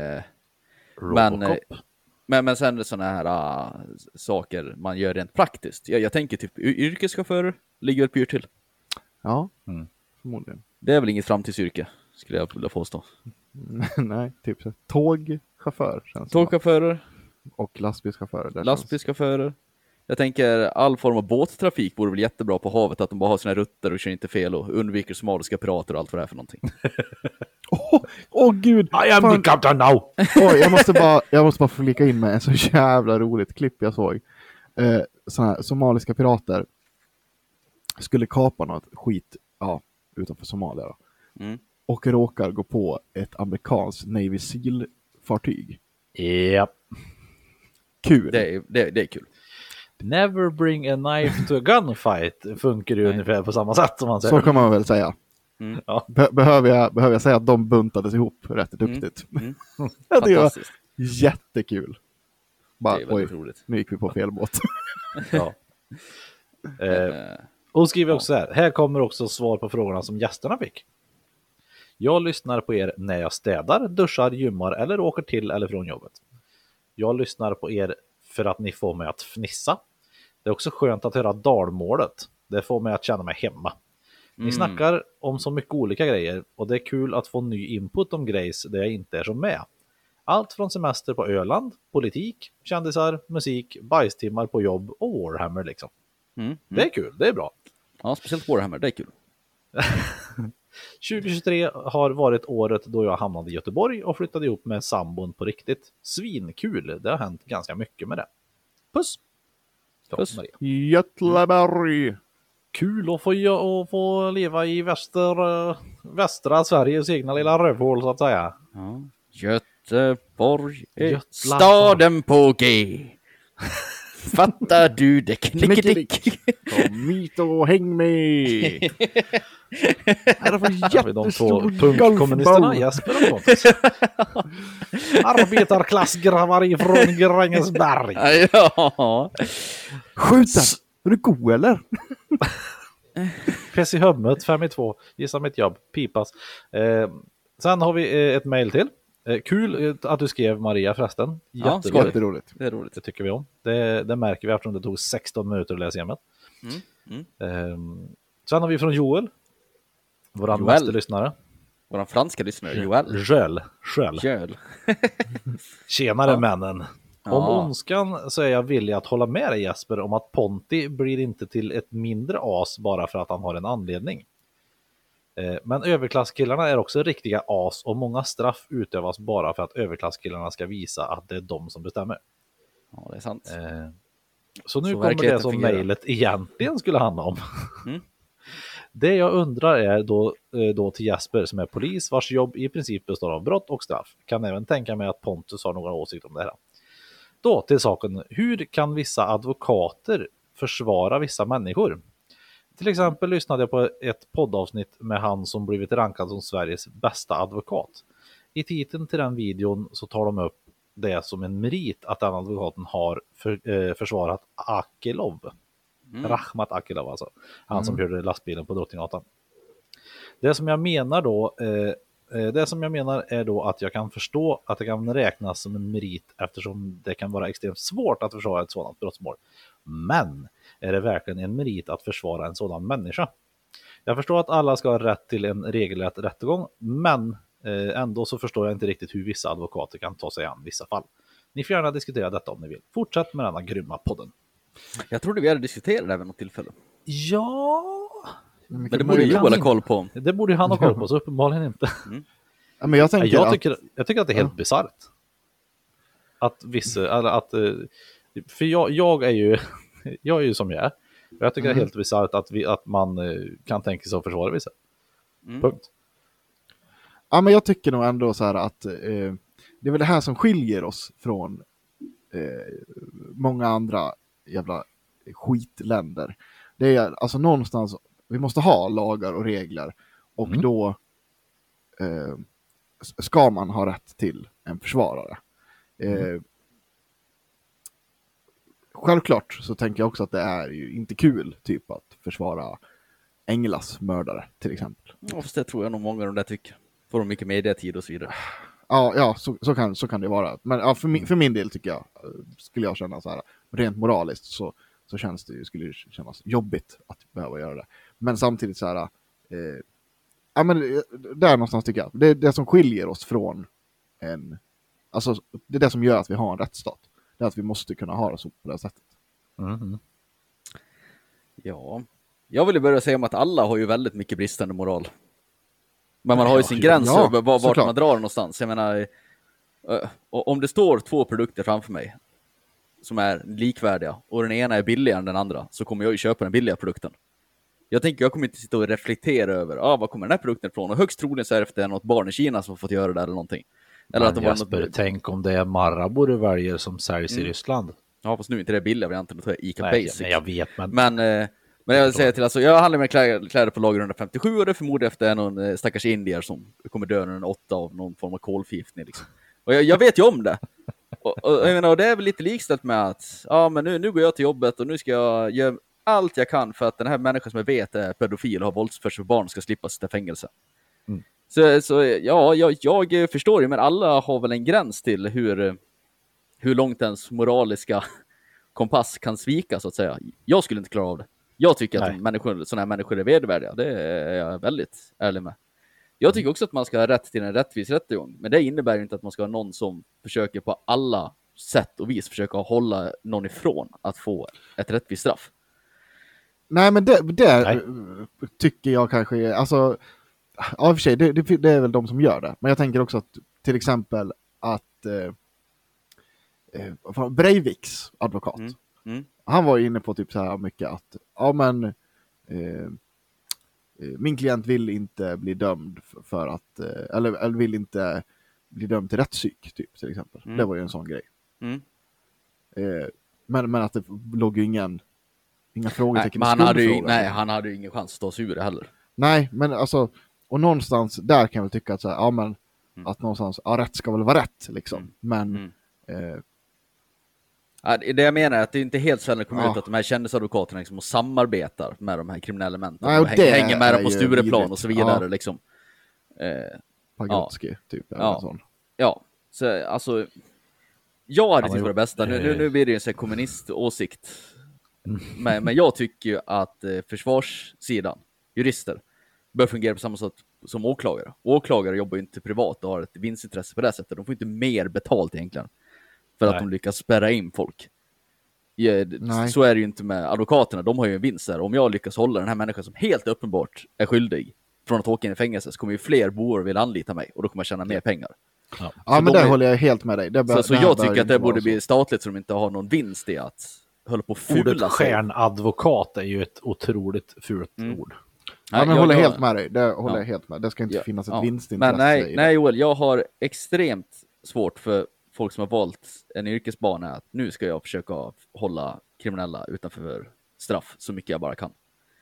Men sen är det såna här saker man gör rent praktiskt. Jag tänker typ yrkeschaufförer ligger väl pyrt till. Ja, förmodligen. Det är väl inget framtidsyrke, skulle jag vilja påstå. Nej, typ så. Tågchaufför känns det Tågchaufförer, och lastbilschaufförer. Det lastbilschaufförer. Jag tänker all form av båttrafik vore väl jättebra på havet, att de bara har sina rutter och kör inte fel och undviker somaliska pirater och allt vad det är för någonting. Åh gud! I am the captain now! Oj, jag måste bara flika in med en så jävla roligt klipp jag såg. Såna här somaliska pirater skulle kapa något skit utanför Somalia då. Och råkar gå på ett amerikanskt Navy Seal-fartyg. Japp. Kul! Det är kul. Never bring a knife to a gunfight funkar ju ungefär på samma sätt som man säger. Så kan man väl säga. Ja. Behöver jag säga att de buntades ihop rätt duktigt? Ja, det var jättekul. Bara, Det är väldigt roligt. Nu gick vi på fel båt. Ja. Och skriver också så här. Här kommer också svar på frågorna som gästerna fick. Jag lyssnar på er när jag städar, duschar, gymmar eller åker till eller från jobbet. Jag lyssnar på er för att ni får mig att fnissa. Det är också skönt att höra dalmålet. Det får mig att känna mig hemma. Ni snackar om så mycket olika grejer och det är kul att få ny input om grejs där jag inte är som med. Allt från semester på Öland, politik, kändisar, musik, bajstimmar på jobb och Warhammer liksom. Det är kul, det är bra. Ja, speciellt Warhammer, det är kul. 2023 har varit året då jag hamnade i Göteborg och flyttade ihop med sambon på riktigt. Svinkul, det har hänt ganska mycket med det. Puss! Puss. Maria. Götlaberg! Kul att få leva i västra Sveriges egna lilla rövhål så att säga. Ja. Göteborg är Götla- staden på G. Fattar du det? Knickedick. Kom hit och häng med! Här Har vi de två punkkommunisterna Jesper och Pontus. Arbetarklassgrabbar ifrån Grängesberg. Ja. Skjut den! Är du god eller? Pess i hummet, 5-2. Gissa mitt jobb, pipas. Sen har vi ett mejl till. Kul att du skrev Maria förresten. Ja, Jätteroligt. Det är roligt. Det tycker vi om. Det märker vi eftersom det tog 16 minuter att läsa igenom. Sen har vi från Joel. Våran bästa lyssnare. Våran franska lyssnare, Joel. Joel. Tjenare männen. Om ondskan så är jag villig att hålla med dig Jesper om att Ponti blir inte till ett mindre as bara för att han har en anledning. Men överklasskillarna är också riktiga as och många straff utövas bara för att överklasskillarna ska visa att det är de som bestämmer. Ja, det är sant. Så nu Så kommer det verkligheten som fungerar. mejlet egentligen skulle handla om. Det jag undrar är då till Jesper som är polis vars jobb i princip består av brott och straff. Kan även tänka mig att Pontus har några åsikter om det här. Då till saken, hur kan vissa advokater försvara vissa människor? Till exempel lyssnade jag på ett poddavsnitt med han som blivit rankad som Sveriges bästa advokat. I titeln till den videon så tar de upp det som en merit att den advokaten har försvarat Akilov. Rahmat Akilov alltså. Han som körde lastbilen på Drottninggatan. Det som jag menar är då att jag kan förstå att det kan räknas som en merit eftersom det kan vara extremt svårt att försvara ett sådant brottsmål. Men är det verkligen en merit att försvara en sådan människa? Jag förstår att alla ska ha rätt till en regelrätt rättegång, men ändå så förstår jag inte riktigt hur vissa advokater kan ta sig an vissa fall. Ni får gärna diskutera detta om ni vill. Fortsätt med denna grymma podden. Jag trodde vi hade diskuterat det här vid något tillfälle. Ja, Men det borde Joel ha koll på. det borde han ha koll på, så uppenbarligen inte. Ja, men jag tänker Jag tycker att det är helt bisarrt. Att vissa, eller att, för jag är ju jag är ju som jag är. Och jag tycker det är helt bisarrt att man kan tänka sig att försvara vissa. Punkt. Ja, men jag tycker nog ändå så här att det är väl det här som skiljer oss från många andra jävla skitländer. Det är alltså någonstans, vi måste ha lagar och regler och då ska man ha rätt till en försvarare. Självklart så tänker jag också att det är ju inte kul typ att försvara Englas mördare till exempel. Ja, fast det tror jag nog många av de där tycker. Får de mycket mediatid och så vidare. Ja, så kan det vara. Men ja, för min del tycker jag, skulle jag känna så här, rent moraliskt så känns det ju, skulle det kännas jobbigt att behöva göra det. Men samtidigt så här, ja men där någonstans tycker jag, det är det som skiljer oss från alltså det är det som gör att vi har en rättsstat. Det är att vi måste kunna ha det så på det sättet. Ja, jag vill ju börja säga om att alla har ju väldigt mycket bristande moral. Men man har ju sin gräns över vart man drar någonstans. Jag menar, om det står 2 produkter framför mig som är likvärdiga och den ena är billigare än den andra, så kommer jag ju köpa den billiga produkten. Jag kommer inte sitta och reflektera över vad kommer den här produkten ifrån, och högst troligen så är det något barn i Kina som har fått göra det eller någonting. Eller att det var något... Tänk om det är Marabou du väljer som säljs i Ryssland. Ja, fast nu inte det billiga varianten, då tar jag Ica Nej, Basic. Nej, jag vet, Men jag vill säga till, alltså, jag handlar med kläder på lager 157 och det förmodligen efter någon stackars indier som kommer dö när den 8 av någon form av kolförgiftning liksom. Och jag vet ju om det. Och jag menar, och det är väl lite likställt med att men nu går jag till jobbet och nu ska jag göra allt jag kan för att den här människan som jag vet är pedofil och har våldsförts för barn ska slippa sitta i fängelse. Så ja, jag förstår ju, men alla har väl en gräns till hur långt ens moraliska kompass kan svika, så att säga. Jag skulle inte klara av det. Jag tycker att sådana här människor är vedervärdiga. Det är jag väldigt ärlig med. Jag tycker också att man ska ha rätt till en rättvis rättegång. Men det innebär ju inte att man ska ha någon som försöker på alla sätt och vis försöka hålla någon ifrån att få ett rättvist straff. Nej, men det tycker jag kanske är, alltså, ja, i och för sig, det är väl de som gör det. Men jag tänker också att till exempel att Breiviks advokat, han var inne på typ så här mycket att min klient vill inte bli dömd för att eller vill inte bli dömd till rättspsyk typ, till exempel. Det var ju en sån grej. Men att det låg ju inga frågetecken. Han hade ju ingen chans att ta sig ur det heller. Nej, men alltså, och någonstans där kan jag väl tycka att så här, att någonstans, rätt ska väl vara rätt liksom. Men det jag menar är att det inte helt sällan kommer ut att de här kändisadvokaterna liksom samarbetar med de här kriminella elementen. Nej, och hänger med dem på Stureplan och så vidare. Liksom. Pagrotsky, typ. Sån. Ja, så alltså jag hade tyckt på det bästa. Nu blir det ju en sån kommuniståsikt. Men jag tycker ju att försvarssidan, jurister, bör fungera på samma sätt som åklagare. Åklagare jobbar ju inte privat och har ett vinstintresse på det sättet. De får inte mer betalt egentligen för att de lyckas spärra in folk. Så är det ju inte med advokaterna. De har ju en vinst där. Om jag lyckas hålla den här människan som helt uppenbart är skyldig från att åka in i fängelse, så kommer ju fler boer vilja anlita mig och då kommer jag tjäna mer pengar. Ja, men där håller jag helt med dig. Så jag tycker att det borde bli statligt så de inte har någon vinst i att hålla på fula. Ordet stjärnadvokat är ju ett otroligt fult ord. Ja, men jag håller helt med dig. Det håller jag helt med. Det ska inte finnas ett vinstintresse. Men nej Joel, jag har extremt svårt för folk som har valt en yrkesbana att nu ska jag försöka hålla kriminella utanför straff så mycket jag bara kan.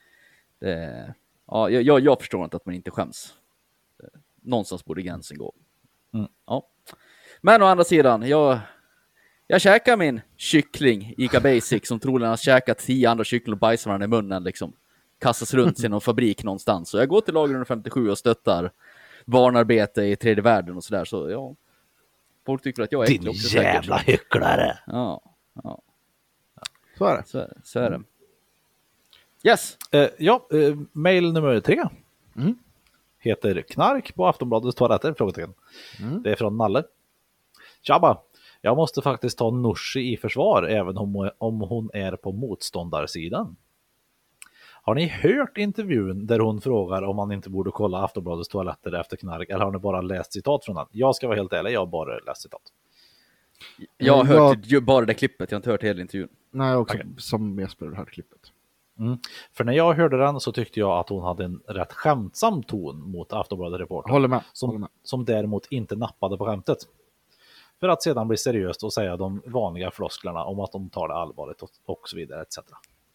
Jag förstår inte att man inte skäms. Någonstans borde gränsen gå. Ja. Men å andra sidan, jag käkar min kyckling Ica Basic som troligen har käkat 10 andra kyckling och bajsar varandra i munnen liksom. Kastas runt i någon fabrik någonstans. Så jag går till lager 157 och stöttar barnarbete i tredje världen och sådär. Så ja, folk tycker att jag är äcklig också. Din jävla hycklare! Ja. Så är det. Så är det. Yes! Mail nummer 3. Heter knark på Aftonbladets toaletter? Frågetecken. Det är från Nalle. Tjabba! Jag måste faktiskt ta Nooshi i försvar även om hon är på motståndarsidan. Har ni hört intervjun där hon frågar om man inte borde kolla Aftonbladets toaletter efter knark, eller har ni bara läst citat från den? Jag ska vara helt ärlig, jag har bara läst citat. Jag har hört bara det klippet, jag har inte hört hela intervjun. Nej, också som Jesper har hört klippet. För när jag hörde den så tyckte jag att hon hade en rätt skämtsam ton mot Aftonbladet-reportern. Håller med. Som däremot inte nappade på skämtet. För att sedan bli seriöst och säga de vanliga flosklerna om att de tar det allvarligt och så vidare etc.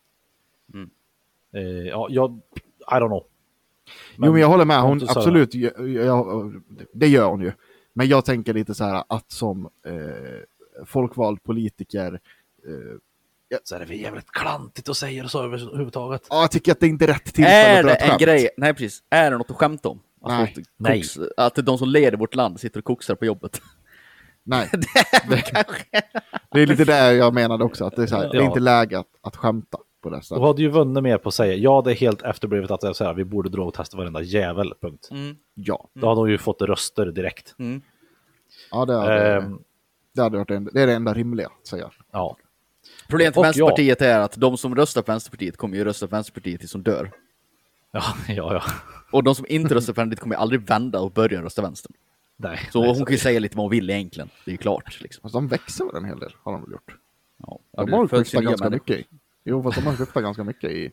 Ja, I don't know. Men jag håller med, hon Pontus absolut, det gör hon ju. Men jag tänker lite så här att som folkvald politiker så är det jävligt klantigt att säga så överhuvudtaget. jag tycker att det inte är rätt tillfälle Är att dra det ett en skämt. grej? Nej, precis. Är det något att skämta om? Nej. Nej. Att de som leder vårt land sitter och koksar på jobbet. Nej. Det är lite det jag menade också, att det är, så här, det är Ja. inte läge att skämta på det Du sättet. hade ju vunnit mer på att säga, ja det är helt efterblivet att jag säger vi borde drogtesta varenda jävel, punkt. Ja, Då hade hon ju fått röster direkt. ja det hade varit det är det enda rimliga att säga. Ja. Problemet med Och Vänsterpartiet är att de som röstar på Vänsterpartiet kommer ju rösta på Vänsterpartiet tills de dör. Ja. Och de som inte röstar på Vänsterpartiet kommer aldrig vända och börja rösta vänster. Nej. Så nej, hon kan ju säga lite vad hon vill egentligen. Det är ju klart. Liksom. Fast de växer väl en hel del, har de väl gjort. Ja, De det har föds ju skiftat nya ganska människor. mycket i. Jo, fast de har skiftat ganska mycket i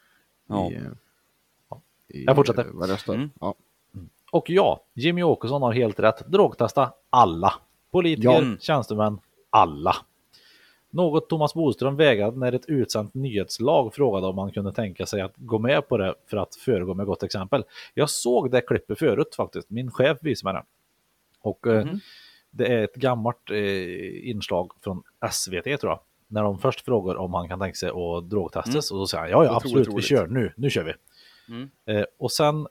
Jag fortsätter. vad röstar. Ja. Och ja, Jimmy Åkesson har helt rätt. Drogtesta alla. Politiker, tjänstemän, alla. Något Thomas Boström vägrade när ett utsänt nyhetslag frågade om man kunde tänka sig att gå med på det för att föregå med gott exempel. Jag såg det klippet förut faktiskt. Min chef visade mig det. Och det är ett gammalt inslag från SVT tror jag. När de först frågar om han kan tänka sig att drogtestas. Och då säger han, ja absolut, vi kör nu kör vi. Och sen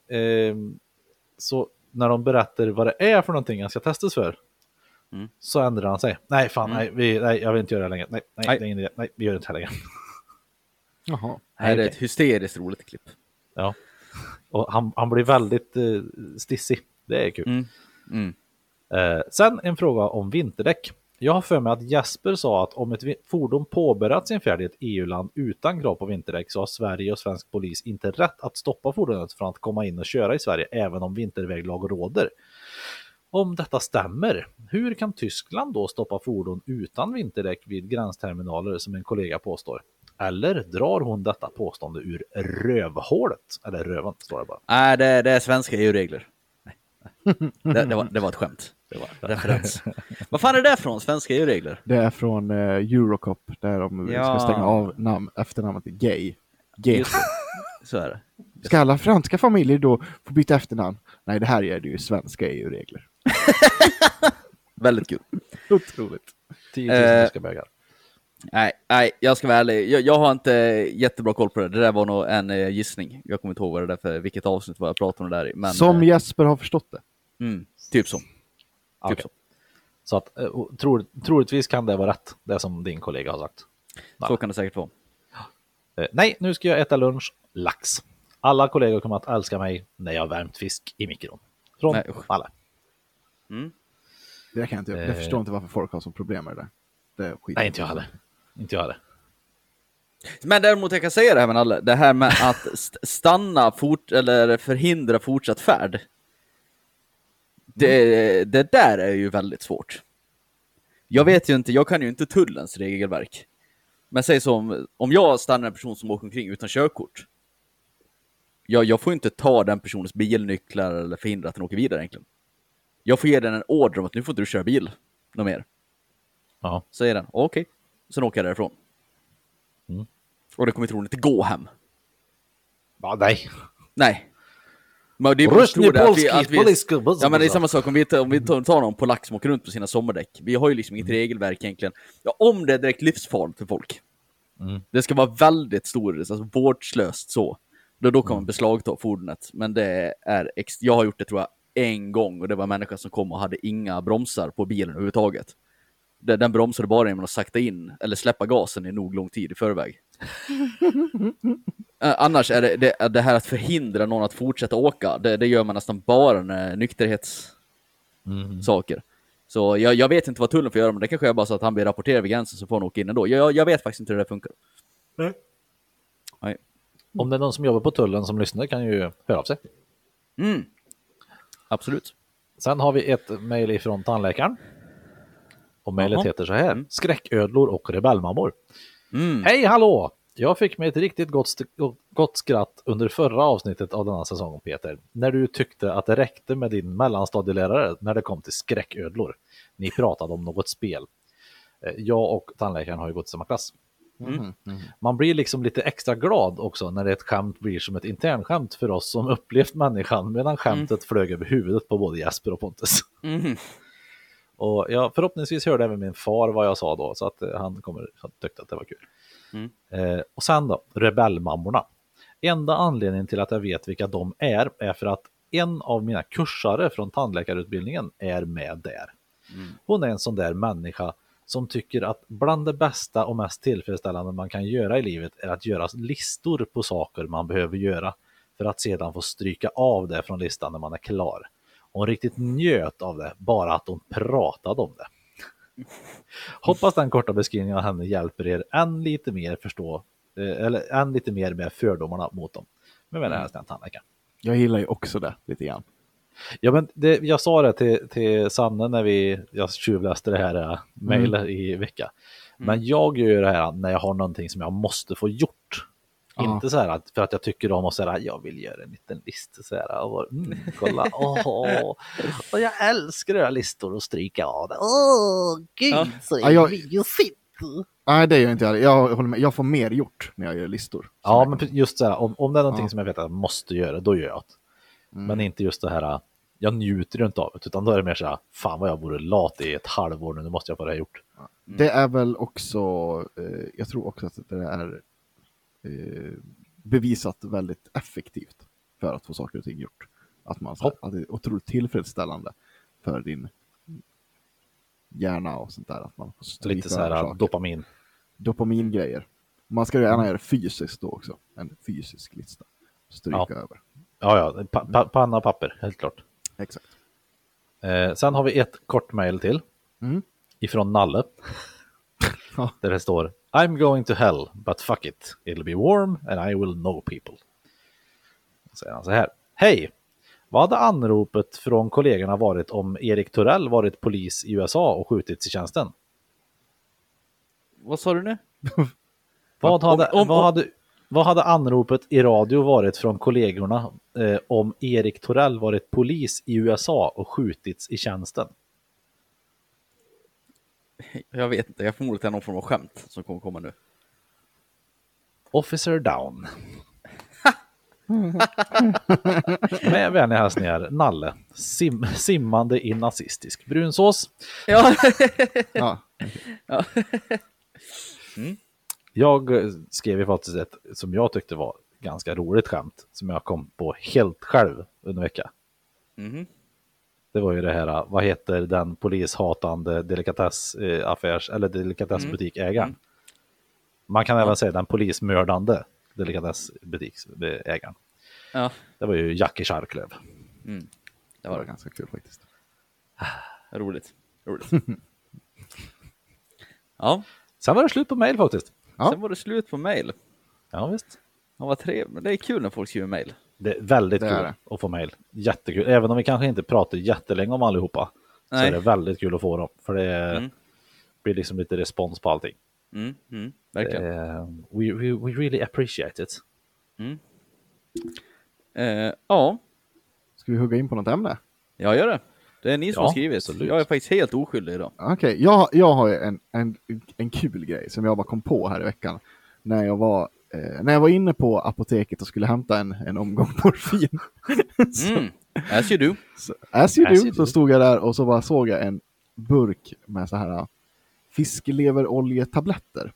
så när de berättar vad det är för någonting han ska testas för, så ändrar han sig. Nej, fan, nej, jag vill inte göra det längre. Nej, det är ingen idé. Nej, vi gör det inte här längre. Jaha. Här är ett hysteriskt roligt klipp. Ja. Och han blir väldigt stissig. Det är kul. Sen en fråga om vinterdäck. Jag har för mig att Jesper sa att om ett fordon påbörjat sin färd i ett EU-land utan krav på vinterdäck så har Sverige och svensk polis inte rätt att stoppa fordonet från att komma in och köra i Sverige även om vinterväglag råder. Om detta stämmer, hur kan Tyskland då stoppa fordon utan vinterdäck vid gränsterminaler som en kollega påstår? Eller drar hon detta påstående ur rövhålet? Eller röven, står det bara. Nej, det är svenska EU-regler. Det var ett skämt. Det var referens. Vad fan är det från? Svenska EU-regler? Det är från Eurocop där de ska stänga av efternamnet gay. Just det. Så är det. Ska alla franska familjer då få byta efternamn? Nej, det här är det ju svenska EU-regler. Väldigt kul. Otroligt. 10 000 ska bögar. Nej, jag ska vara ärlig. Jag har inte jättebra koll på det. Det där var nog en gissning. Jag kommer inte ihåg vad det där för vilket avsnitt var jag pratade om det där i. Men, som Jesper har förstått det. Typ så. Okay. Så att troligtvis kan det vara rätt, det som din kollega har sagt. Så kan det säkert vara. Nej, nu ska jag äta lunch. Lax. Alla kollegor kommer att älska mig när jag har värmt fisk i mikron. Från alla. Det kan jag inte. Jag förstår inte varför folk har så problem med det där. Det är skit. Nej, inte jag heller. Men däremot jag kan säga det här med alla. Det här med att stanna eller förhindra fortsatt färd. Det där är ju väldigt svårt. Jag vet ju inte, jag kan ju inte tullens regelverk. Men säg som, om jag stannar en person som åker omkring utan körkort. Jag får inte ta den personens bilnycklar eller förhindra att den åker vidare egentligen. Jag får ge den en order om att nu får inte du köra bil något mer. Ja. Säger den, okej. Sen åker jag därifrån. Och det kommer troligen inte gå hem. Ja, nej. Men det är ja, men det är samma sak om vi tar någon polack som åker runt på sina sommardäck. Vi har ju liksom inget regelverk egentligen. Ja, om det är direkt livsfarligt för folk. Det ska vara väldigt stor, alltså vårdslöst så. Då kan man beslagta fordonet. Men det är jag har gjort det tror jag en gång och det var en människa som kom och hade inga bromsar på bilen överhuvudtaget. Den bromsade bara genom att sakta in eller släppa gasen i nog lång tid i förväg. Annars är det här att förhindra någon att fortsätta åka, det gör man nästan bara när nykterhetssaker. Så jag vet inte vad tullen får göra, men det kanske är bara så att han blir rapporterad vid gränsen så får han åka in ändå. Jag vet faktiskt inte hur det funkar. Nej. Om det är någon som jobbar på tullen som lyssnar kan ju höra av sig. Absolut. Sen har vi ett mejl ifrån tandläkaren. Och mejlet heter så här. Skräcködlor och rebellmammor. Hej, hallå! Jag fick mig ett riktigt gott skratt under förra avsnittet av denna säsong, Peter. När du tyckte att det räckte med din mellanstadielärare när det kom till skräcködlor. Ni pratade om något spel. Jag och tandläkaren har ju gått i samma klass. Man blir liksom lite extra glad också när ett skämt blir som ett internskämt för oss som upplevt människan, medan skämtet flög över huvudet på både Jesper och Pontus. Och jag förhoppningsvis hörde även min far vad jag sa då, så att han tyckte att det var kul. Och sen då, rebellmammorna. Enda anledningen till att jag vet vilka de är för att en av mina kursare från tandläkarutbildningen är med där. Hon är en sån där människa som tycker att bland det bästa och mest tillfredsställande man kan göra i livet är att göra listor på saker man behöver göra för att sedan få stryka av det från listan när man är klar. Hon riktigt njöt av det, bara att hon pratade om det. Hoppas den korta beskrivningen av henne hjälper er än lite mer förstå, eller än lite mer med fördomarna mot dem. Men med det här är tandläkaren. Jag gillar ju också det lite grann. Ja, men jag sa det till Sanne när jag tjuvläste det här mejlet i vecka. Men jag gör det här när jag har någonting som jag måste få gjort. Inte så här för att jag tycker om att säga jag vill göra en liten lista så här och kolla. Och jag älskar det här listor och stryka av det. Gud så mysigt. Nej, det gör inte jag. Jag håller med. Jag får mer gjort när jag gör listor. Ja, men just så här, om det är någonting som jag vet att jag måste göra, då gör jag det. Men inte just det här, jag njuter inte av det, utan då är det mer så här, fan vad jag vore lat i ett halvår nu måste jag få det här gjort. Det är väl också, jag tror också att det är bevisat väldigt effektivt för att få saker och ting gjort. Att det är otroligt tillfredsställande för din hjärna och sånt där. Att man lite så här dopamingrejer. Man ska gärna göra det fysiskt då också. En fysisk lista. Stryka över. Ja, panna och papper, helt klart. Exakt. Sen har vi ett kort mejl till. Ifrån Nalle. Där det står I'm going to hell, but fuck it. It'll be warm and I will know people. Så säger han så här. Hej! Vad hade anropet från kollegorna varit om Erik Torell varit polis i USA och skjutits i tjänsten? Vad sa du nu? Vad hade anropet i radio varit från kollegorna om Erik Torell varit polis i USA och skjutits i tjänsten? Jag vet inte, jag förmodar att det är någon form av skämt som kommer komma nu. Officer down. Med vänliga hälsningar, Nalle. Simmande i nazistisk brunsås. Ja. Jag skrev faktiskt ett som jag tyckte var ganska roligt skämt som jag kom på helt själv under vecka. Det var ju det här, vad heter den polishatande delikatessaffärs eller delikatessbutikägaren? Man kan även säga den polismördande delikatessbutiksägaren. Ja. Det var ju Jackie Charklöv. Det var ganska kul faktiskt. Roligt. Ja. Sen var det slut på mejl faktiskt. Ja. Sen var det slut på mejl. Ja, visst. Ja, vad trevligt. Det är kul när folk skriver mejl. Det är väldigt kul att få mejl. Jättekul. Även om vi kanske inte pratar jättelänge om allihopa. Så är det väldigt kul att få dem. För det blir liksom lite respons på allting. Verkligen. We really appreciate it. Ja. Ska vi hugga in på något ämne? Jag gör det. Det är ni som har skrivit. Absolut. Jag är faktiskt helt oskyldig idag. Okej, jag har ju en kul grej som jag bara kom på här i veckan. När jag var inne på apoteket och skulle hämta en omgång morfin. As you do. As you do. Så stod jag där och så bara såg jag en burk med så här fiskleveroljetabletter.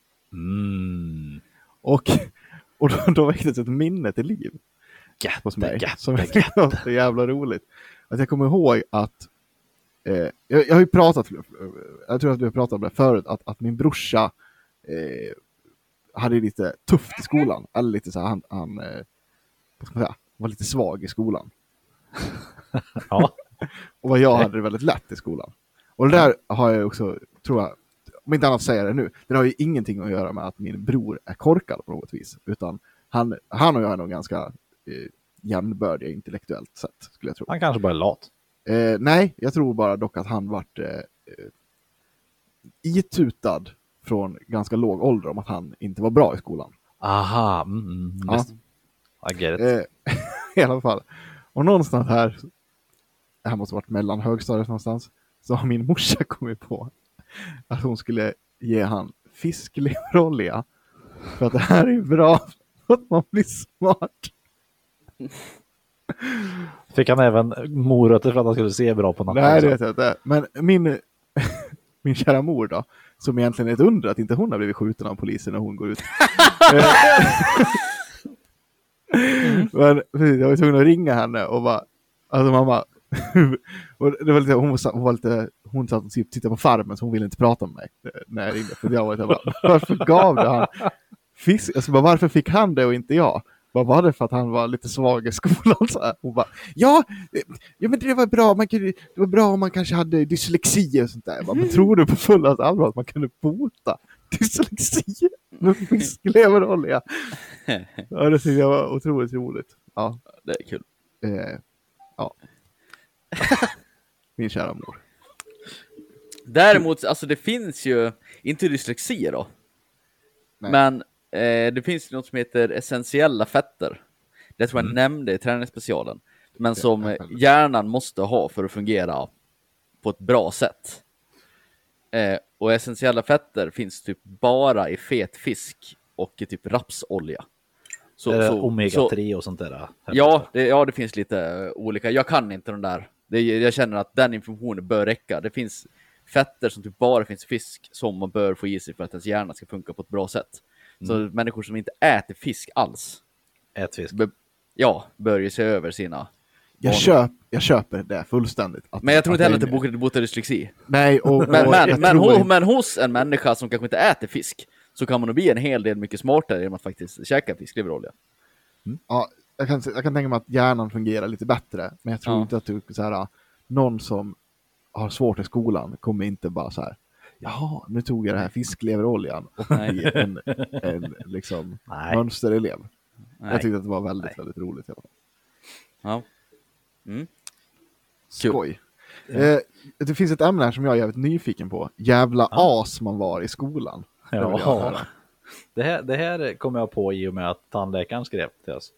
Och då väcktes ett minne till liv hos mig. Som var så jävla roligt. Att jag kommer ihåg att jag har ju pratat, jag tror att vi har pratat om det förut, att min brorsa hade lite tufft i skolan. Eller lite så här, han vad ska man säga, var lite svag i skolan. Ja. Och vad jag hade det väldigt lätt i skolan. Och det där har jag också, tror jag, om inte annat säger det nu, det har ju ingenting att göra med att min bror är korkad på något vis. Utan han och jag är nog ganska jämnbördiga intellektuellt sett, skulle jag tro. Han kanske bara är lat. Nej, jag tror bara dock att han vart itutad från ganska låg ålder om att han inte var bra i skolan. Aha, I get it. I alla fall. Och någonstans här måste ha varit mellan högstadiet någonstans, så har min morsa kommit på att hon skulle ge han fiskleverolja För att det här är ju bra för att man blir smart. Fick han även morötter för att han skulle se bra på natten? Nej, det vet jag inte. Men min kära mor då, som egentligen är ett under att inte hon har blivit skjuten av polisen när hon går ut. Men precis, jag var tvungen att ringa henne och bara, alltså mamma, och det var lite, hon satt och tittade på Farmen, så hon ville inte prata med mig när jag ringde. För jag var bara, varför gav det han fisk? Alltså bara, varför fick han det och inte jag? Vad var det för att han var lite svag i skolan? Så här. Hon bara, ja men det var bra. Det var bra om man kanske hade dyslexi och sånt där. Bara, men tror du på fullast allvar att man kunde bota dyslexi med fiskleverolja? Ja, det tyckte jag var otroligt roligt. Ja, Det är kul. Ja. Min kära mor. Däremot, alltså det finns ju inte dyslexi då. Nej. Men det finns ju något som heter essentiella fetter. Det tror jag nämnde i träningsspecialen. Men som hjärnan måste ha för att fungera på ett bra sätt. Och essentiella fetter finns typ bara i fet fisk och i typ rapsolja. Omega-3 och sånt där. Ja, det finns lite olika. Jag kan inte de där. Jag känner att den informationen bör räcka. Det finns fetter som typ bara finns i fisk som man bör få i sig för att ens hjärna ska funka på ett bra sätt. Så människor som inte äter fisk alls fisk. Bör ju se över sina Jag köper det fullständigt. Men jag tror inte heller att det botar dyslexi. Nej, men hos en människa som kanske inte äter fisk så kan man nog bli en hel del mycket smartare genom att faktiskt käka fiskleverolja. Ja, jag kan tänka mig att hjärnan fungerar lite bättre. Men jag tror inte att någon som har svårt i skolan kommer inte bara så här, jaha, nu tog jag det här fiskleveroljan och blir en liksom mönsterelev. Jag tyckte att det var väldigt, väldigt roligt. Ja. Skoj. Det finns ett ämne här som jag är jävligt nyfiken på. Jävla as man var i skolan. Ja. Det här kom jag på i och med att tandläkaren skrev till oss.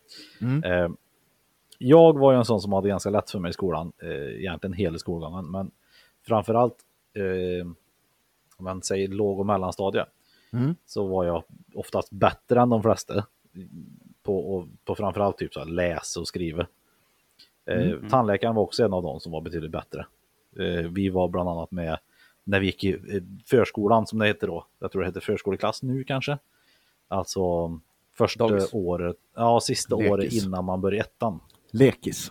Jag var ju en sån som hade ganska lätt för mig i skolan. Egentligen hela skolgången. Men framförallt om man säger låg- och mellanstadiet så var jag oftast bättre än de flesta på framförallt typ så här läsa och skriva. Tandläkaren var också en av dem som var betydligt bättre. Vi var bland annat med när vi gick i förskolan som det heter då. Jag tror det heter förskoleklass nu kanske. Alltså första året, sista året innan man börjar ettan. Lekis.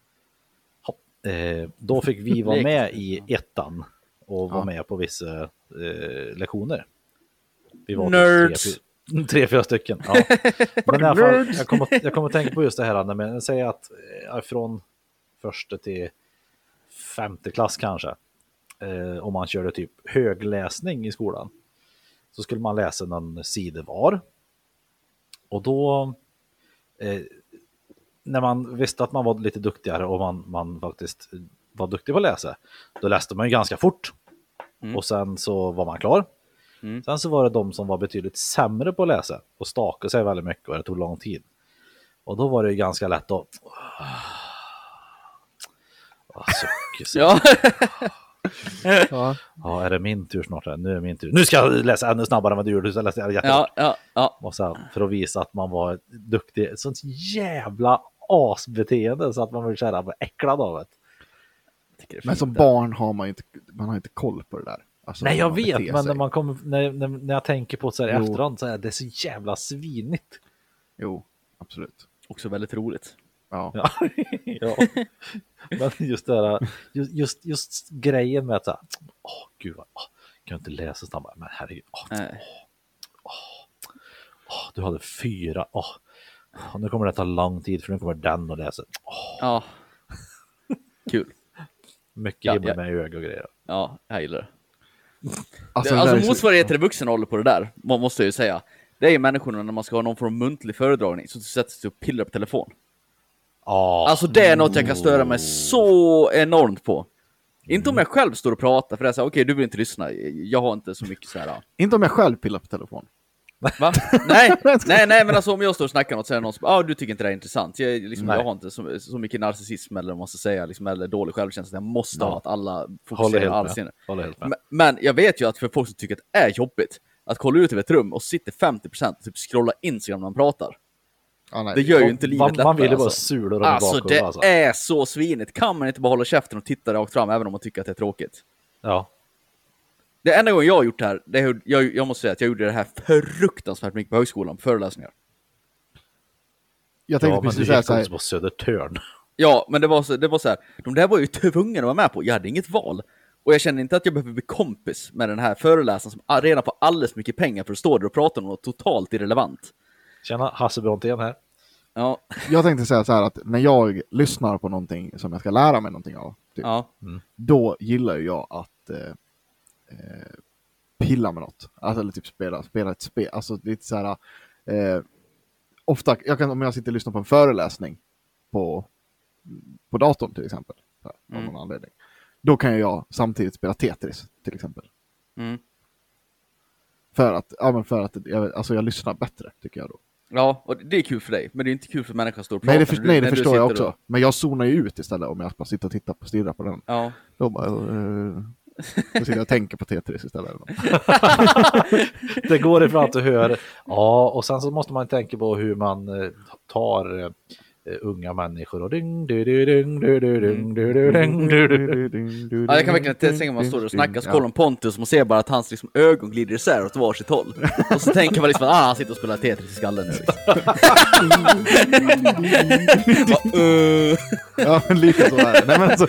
Då fick vi vara med i ettan och vara med på vissa lektioner. Vi var nerds. 3-4 stycken. Ja. Men i alla fall, jag kommer att tänka på just det här när jag säger att från första till femte klass kanske, om man körde typ högläsning i skolan, så skulle man läsa någon sida var. Och då när man visste att man var lite duktigare och man faktiskt var duktig på att läsa, då läste man ju ganska fort. Och sen så var man klar. Sen så var det de som var betydligt sämre på att läsa och stakade sig väldigt mycket och det tog lång tid. Och då var det ju ganska lätt att Ja, är det min tur snart? Nu är det min tur. Nu ska jag läsa ännu snabbare än vad du gjorde. Så läste jag jättefort. Ja. Och sen för att visa att man var duktig. Sånt jävla asbeteende så att man vill köra äcklad av det. Men som barn har man inte koll på det där. Alltså, nej, jag vet, men när jag tänker på det så här i efterhand så är det så jävla svinigt. Jo, absolut. Också väldigt roligt. Ja. Ja. Men just det här, just grejen med att så gud vad, kan jag inte läsa snabbare, men herregud. Du hade 4. Nu kommer det ta lång tid för nu kommer den att läsa. Ja. Kul. Mycket himla med öga och grejer. Ja, jag gillar det. Alltså motsvarighet till vuxen ålder på det där, måste jag ju säga. Det är ju människorna när man ska ha någon form av muntlig föredragning så sätter sig och pillar på telefon. Alltså det är något jag kan störa mig så enormt på. Inte om jag själv står och pratar, för det är så här, okej, du vill inte lyssna. Jag har inte så mycket så här. Inte om jag själv pillar på telefon. Va? Nej, men alltså om jag står och snackar något så är det någon som, du tycker inte det är intressant. Jag har inte så mycket narcissism eller vad man ska säga, liksom, eller dålig självkänsla. Jag måste ha att alla fokuserar all sinne. Men jag vet ju att för folk som tycker att det är jobbigt, att kolla ut över ett rum och sitter 50% och typ scrolla Instagram när man pratar. Nej. Det gör ju inte livet lättare. Man vill ju bara alltså. sula dem Alltså bakåt. det Alltså. är så svinigt. Kan man inte bara hålla käften och titta rakt fram även om man tycker att det är tråkigt? Ja. Det enda gången jag har gjort det här, det är, jag måste säga att jag gjorde det här fruktansvärt mycket på högskolan, på föreläsningar. Jag tänkte Men precis du säga gick så här. också på Södertörn. Ja, men det var så här, de där var ju tvungna att vara med på. Jag hade inget val. Och jag känner inte att jag behöver bli kompis med den här föreläsaren som redan får alldeles mycket pengar för att stå där och prata om något totalt irrelevant. Tjena, Hasse Brontén här. Ja, Jag tänkte säga så här att när jag lyssnar på någonting som jag ska lära mig någonting av, typ, ja, då gillar ju jag att pilla med något. Alltså, eller typ spela ett spel. Alltså lite så här. Ofta, om jag sitter och lyssnar på en föreläsning på datorn till exempel, så här, av någon anledning. Då kan jag samtidigt spela Tetris till exempel. mm. För att jag lyssnar bättre tycker jag då. Ja, och det är kul för dig. Men det är inte kul för människan att stå och prata. Nej, det när du förstår jag sitter också. Men jag zonar ju ut istället om jag bara sitter och tittar på stirrar på den. Ja. Då bara... Då sitter jag och tänker på Tetris istället. Det går ifrån att du hör. Ja, och sen så måste man tänka på hur man tar unga människor och ding, ding, ding, ding, ding, ding, ding, ding. Ja, jag kan verkligen tänka mig att man står och snackar så kollar om Pontus och man ser bara att hans liksom, ögon glider isär åt varsitt håll. Och så tänker man liksom att han sitter och spelar Tetris i skallen nu. Liksom. Ja, men lite så här. Nej, men alltså...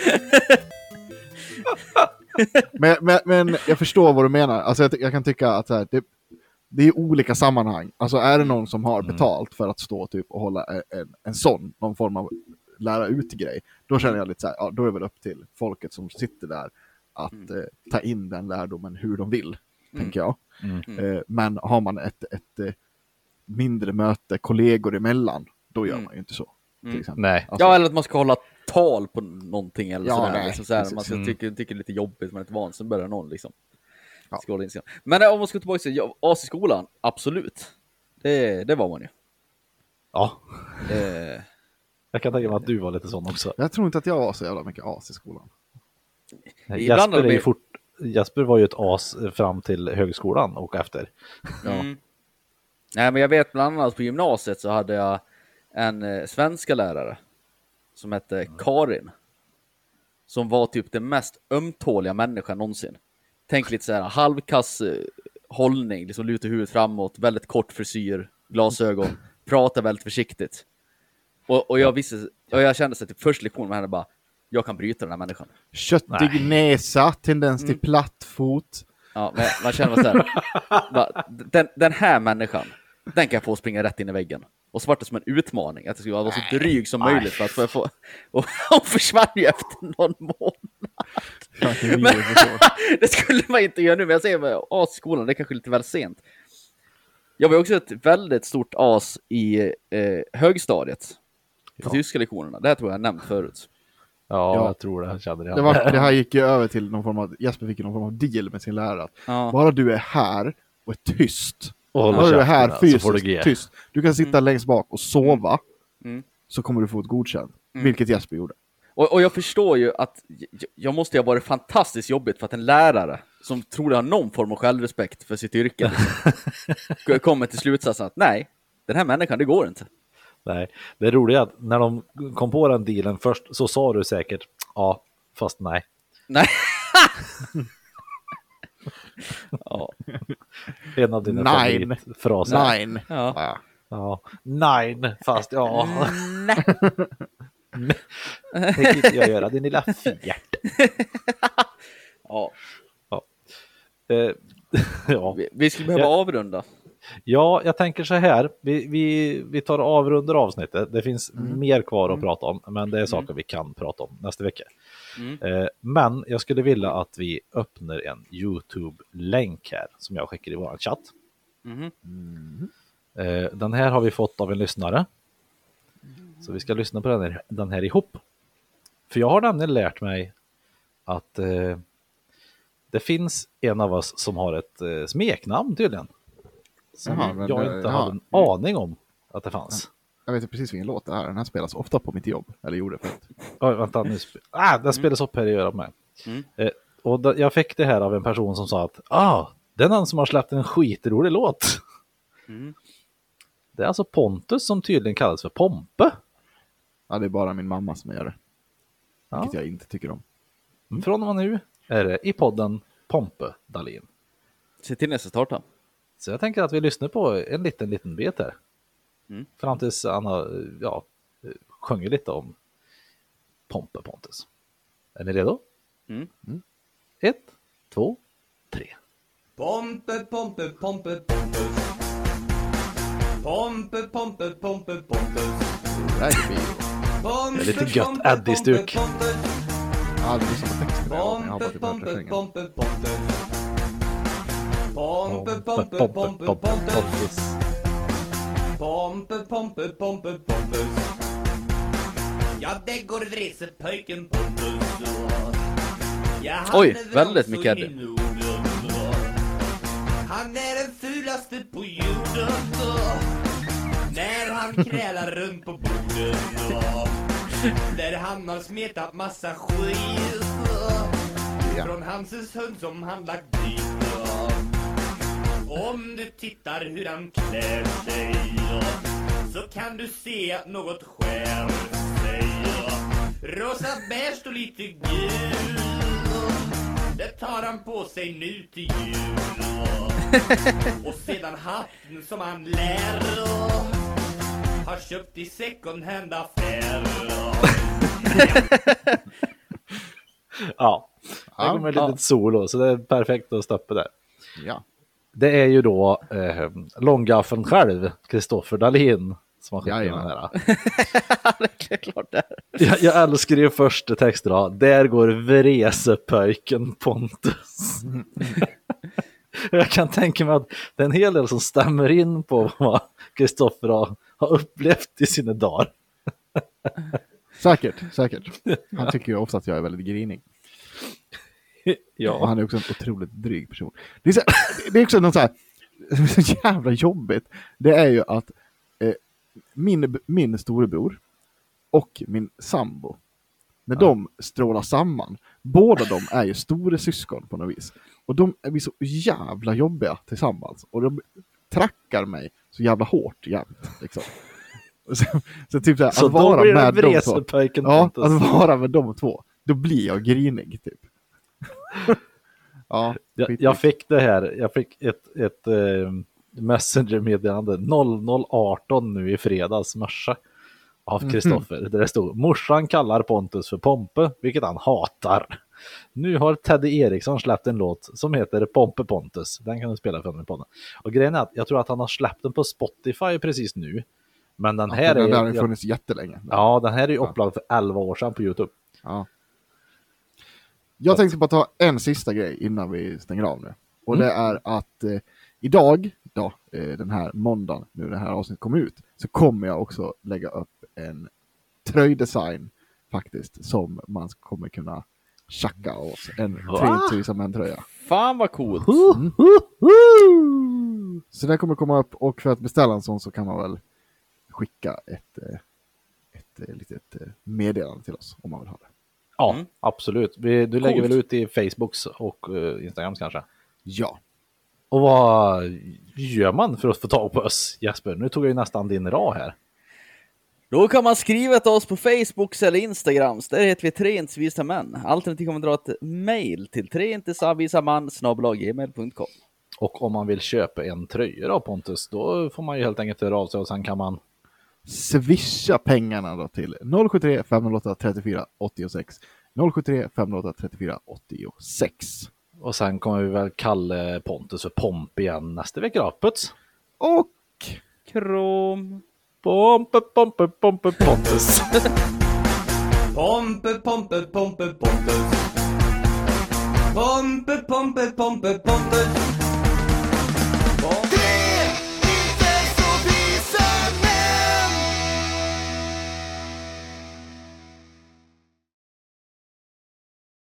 men jag förstår vad du menar. Alltså jag kan tycka att så här, det är olika sammanhang. Alltså är det någon som har betalt för att stå typ och hålla en sån, någon form av lära ut grej, då känner jag lite så här, ja, då är det väl upp till folket som sitter där att ta in den lärdomen hur de vill, tänker jag. Men har man ett mindre möte kollegor emellan, då gör man ju inte så. Till exempel. Nej. Alltså, Ja, eller att man ska hålla tal på någonting eller Ja, sådär. nej, Liksom sådär. precis. Man ska tycker det är lite jobbigt, man är inte van, så börjar någon liksom. Ja. Skåla in sig. Men om man ska tillbaka till AS i skolan, absolut. Det var man ju. Ja, Eh, jag kan tänka mig att du var lite sån också. jag tror inte att jag var så jävla mycket as i skolan. Ibland har det Jesper var ju ett as fram till högskolan och efter. Nej, men jag vet bland annat på gymnasiet så hade jag en svenska lärare som hette Karin. Som var typ den mest ömtåliga människan någonsin. Tänk lite så här halvkass hållning, liksom luta huvudet framåt, väldigt kort frisyr, glasögon, prata väldigt försiktigt. Och jag visste, och jag kände sig typ första lektionen med henne bara, jag kan bryta den här människan. Köttig näsa, tendens till plattfot. Ja, men man känner så här, bara, den här människan, den kan jag få springa rätt in i väggen. Och så var det som en utmaning, att jag skulle vara så dryg som möjligt för att få och försvann ju efter någon månad. Men, det skulle man inte göra nu, men jag säger med as i skolan, det är kanske lite väl sent. Jag var också ett väldigt stort as i högstadiet på tyska lektionerna. Det här tror jag nämnt förut. Ja, Ja. jag tror det. Jag kände Det här gick ju över till någon form av, Jesper fick någon form av deal med sin lärare. Ja. Bara du är här och är tyst. Och håller Bara du är här käften, så får du fysiskt G. tyst. Du kan sitta längst bak och sova. Mm. Så kommer du få ett godkänt. Vilket Jesper gjorde. Och jag förstår ju att jag måste ha varit fantastiskt jobbigt för att en lärare som tror har någon form av självrespekt för sitt yrke liksom, kommer till slutsatsen att nej, den här människan, det går inte. Nej, det är roligt att när de kom på den dealen först så sa du säkert ja, fast nej. Nej. Ja. En av dina Nej. favoritfraser. Nej. Ja. Ja, nej, fast ja. Nej. Tänker inte jag göra, din lilla fjärt. Ja. Ja. Vi skulle behöva avrunda. Ja, jag tänker så här. Vi tar och avrundar avsnittet. Det finns mer kvar att prata om, men det är saker vi kan prata om nästa vecka. Men jag skulle vilja att vi öppnar en YouTube-länk här som jag skickar i vår chatt. Den här har vi fått av en lyssnare. Så vi ska lyssna på den här ihop. För jag har nämligen lärt mig att det finns en av oss som har ett smeknamn tydligen. Som Jaha, men, jag inte ja. hade en aning om att det fanns. Jag vet precis vilken låt det är. Den här spelas ofta på mitt jobb. Eller gjorde förut. Oj, vänta, nu den spelas upp här i örat med. Och jag fick det här av en person som sa att Det är någon som har släppt en skitrolig låt. Mm. Det är alltså Pontus som tydligen kallas för Pompe. Ja, det är bara min mamma som gör det. Ja. Vilket jag inte tycker om. Från och med nu är det i podden Pompe Dahlin. Se till nästa starta. Så jag tänker att vi lyssnar på en liten bit här. Mm. Fram tills han har sjunger lite om Pompe Pontus. Är ni redo? Mm. 1, 2, 3. Pompe, pompe, pompe, pompus. Pompe, pompe, pompe, pompus. Det här är bio. Pompe, Det är lite gött pompe, Eddie-stuk. pompe, pompus. Ja, det är som texten. Jag har bara Pompe, typ hört pompe, refrängen. pompe, pompus. Pompe, pompe, pompe, pompus. Pompe, pompe, pompe, pompus. Ja, det går resepöjken Pontus. Ja, han Oj, är väl väldigt också mycket i Eddie. Norden. Han är den fulaste på jorden. När han krälar runt på bordet. Där han har smetat massa skit. Från Hanses hund som han lagt dit. Om du tittar hur han klär sig, så kan du se att något skär sig. Rosa, beige och lite gul. Det tar han på sig nu till jul. Och sedan hatten som han lär har köpt i second hand affär. Ja, det kommer ett litet solo så det är perfekt att stoppa där. Ja. Det är ju då långgaffeln själv, Kristoffer Dahlin, som har skickat den Jajamän. här. Det är klart det. Jag älskar ju första texten. Där går vresepöjken Pontus. Jag kan tänka mig att det är en hel del som stämmer in på vad Kristoffer har upplevt i sina dagar. Säkert. Han tycker ju ofta att jag är väldigt grinig. Och Ja, han är också en otroligt dryg person. Det är, det är också något så här så jävla jobbigt. Det är ju att min storebror och min sambo, när de strålar samman, båda de är ju stora syskon på något vis. Och de är så jävla jobbiga tillsammans. Och de trackar mig så jävla hårt jämt. Liksom. Så typ så här, så att då vara blir det med de två. vresepöjken Ja, Pontus. att vara med de två. Då blir jag grinig typ. Ja, Jag fick det här. Jag fick ett Messenger-meddelande 00:18 nu i fredags morse av Kristoffer. Där det stod: morsan kallar Pontus för Pompe, vilket han hatar. Nu har Teddy Eriksson släppt en låt som heter Pompe Pontus. Den kan du spela för mig på den. Och grejen är att jag tror att han har släppt den på Spotify precis nu. Men den här den är... har ju funnits jättelänge. Ja, den här är ju uppladdad för 11 år sedan på YouTube. Ja. Jag tänkte bara ta en sista grej innan vi stänger av nu. Och det är att idag, den här måndagen, nu det här avsnittet kommer ut, så kommer jag också lägga upp en tröjdesign faktiskt, som man kommer kunna tjacka oss. En tröja. Fan vad coolt. Så den kommer komma upp, och för att beställa en sån så kan man väl skicka ett litet meddelande till oss om man vill ha det. Ja, absolut. Du lägger Coolt. väl ut i Facebooks och Instagrams kanske? Ja. Och vad gör man för att få tag på oss, Jesper? Nu tog jag ju nästan din rad här. Då kan man skriva till oss på Facebook eller Instagrams. Där heter vi Treintisvisamän. Alternativt kan man dra ett mail till treintisvisamän@gmail.com. Och om man vill köpa en tröja då, Pontus, då får man ju helt enkelt höra av sig och sen kan man... Swisha pengarna då till 073 508 34 86. 073 508 34 86. Och sen kommer vi väl kalla Pontus för Pomp igen nästa vecka då. Puts! Och Krom. Pompe, Pompe, Pompe, Pontus! Pompe, pompe, pompe, pompus. Pompe, pompe, pompe, pompus.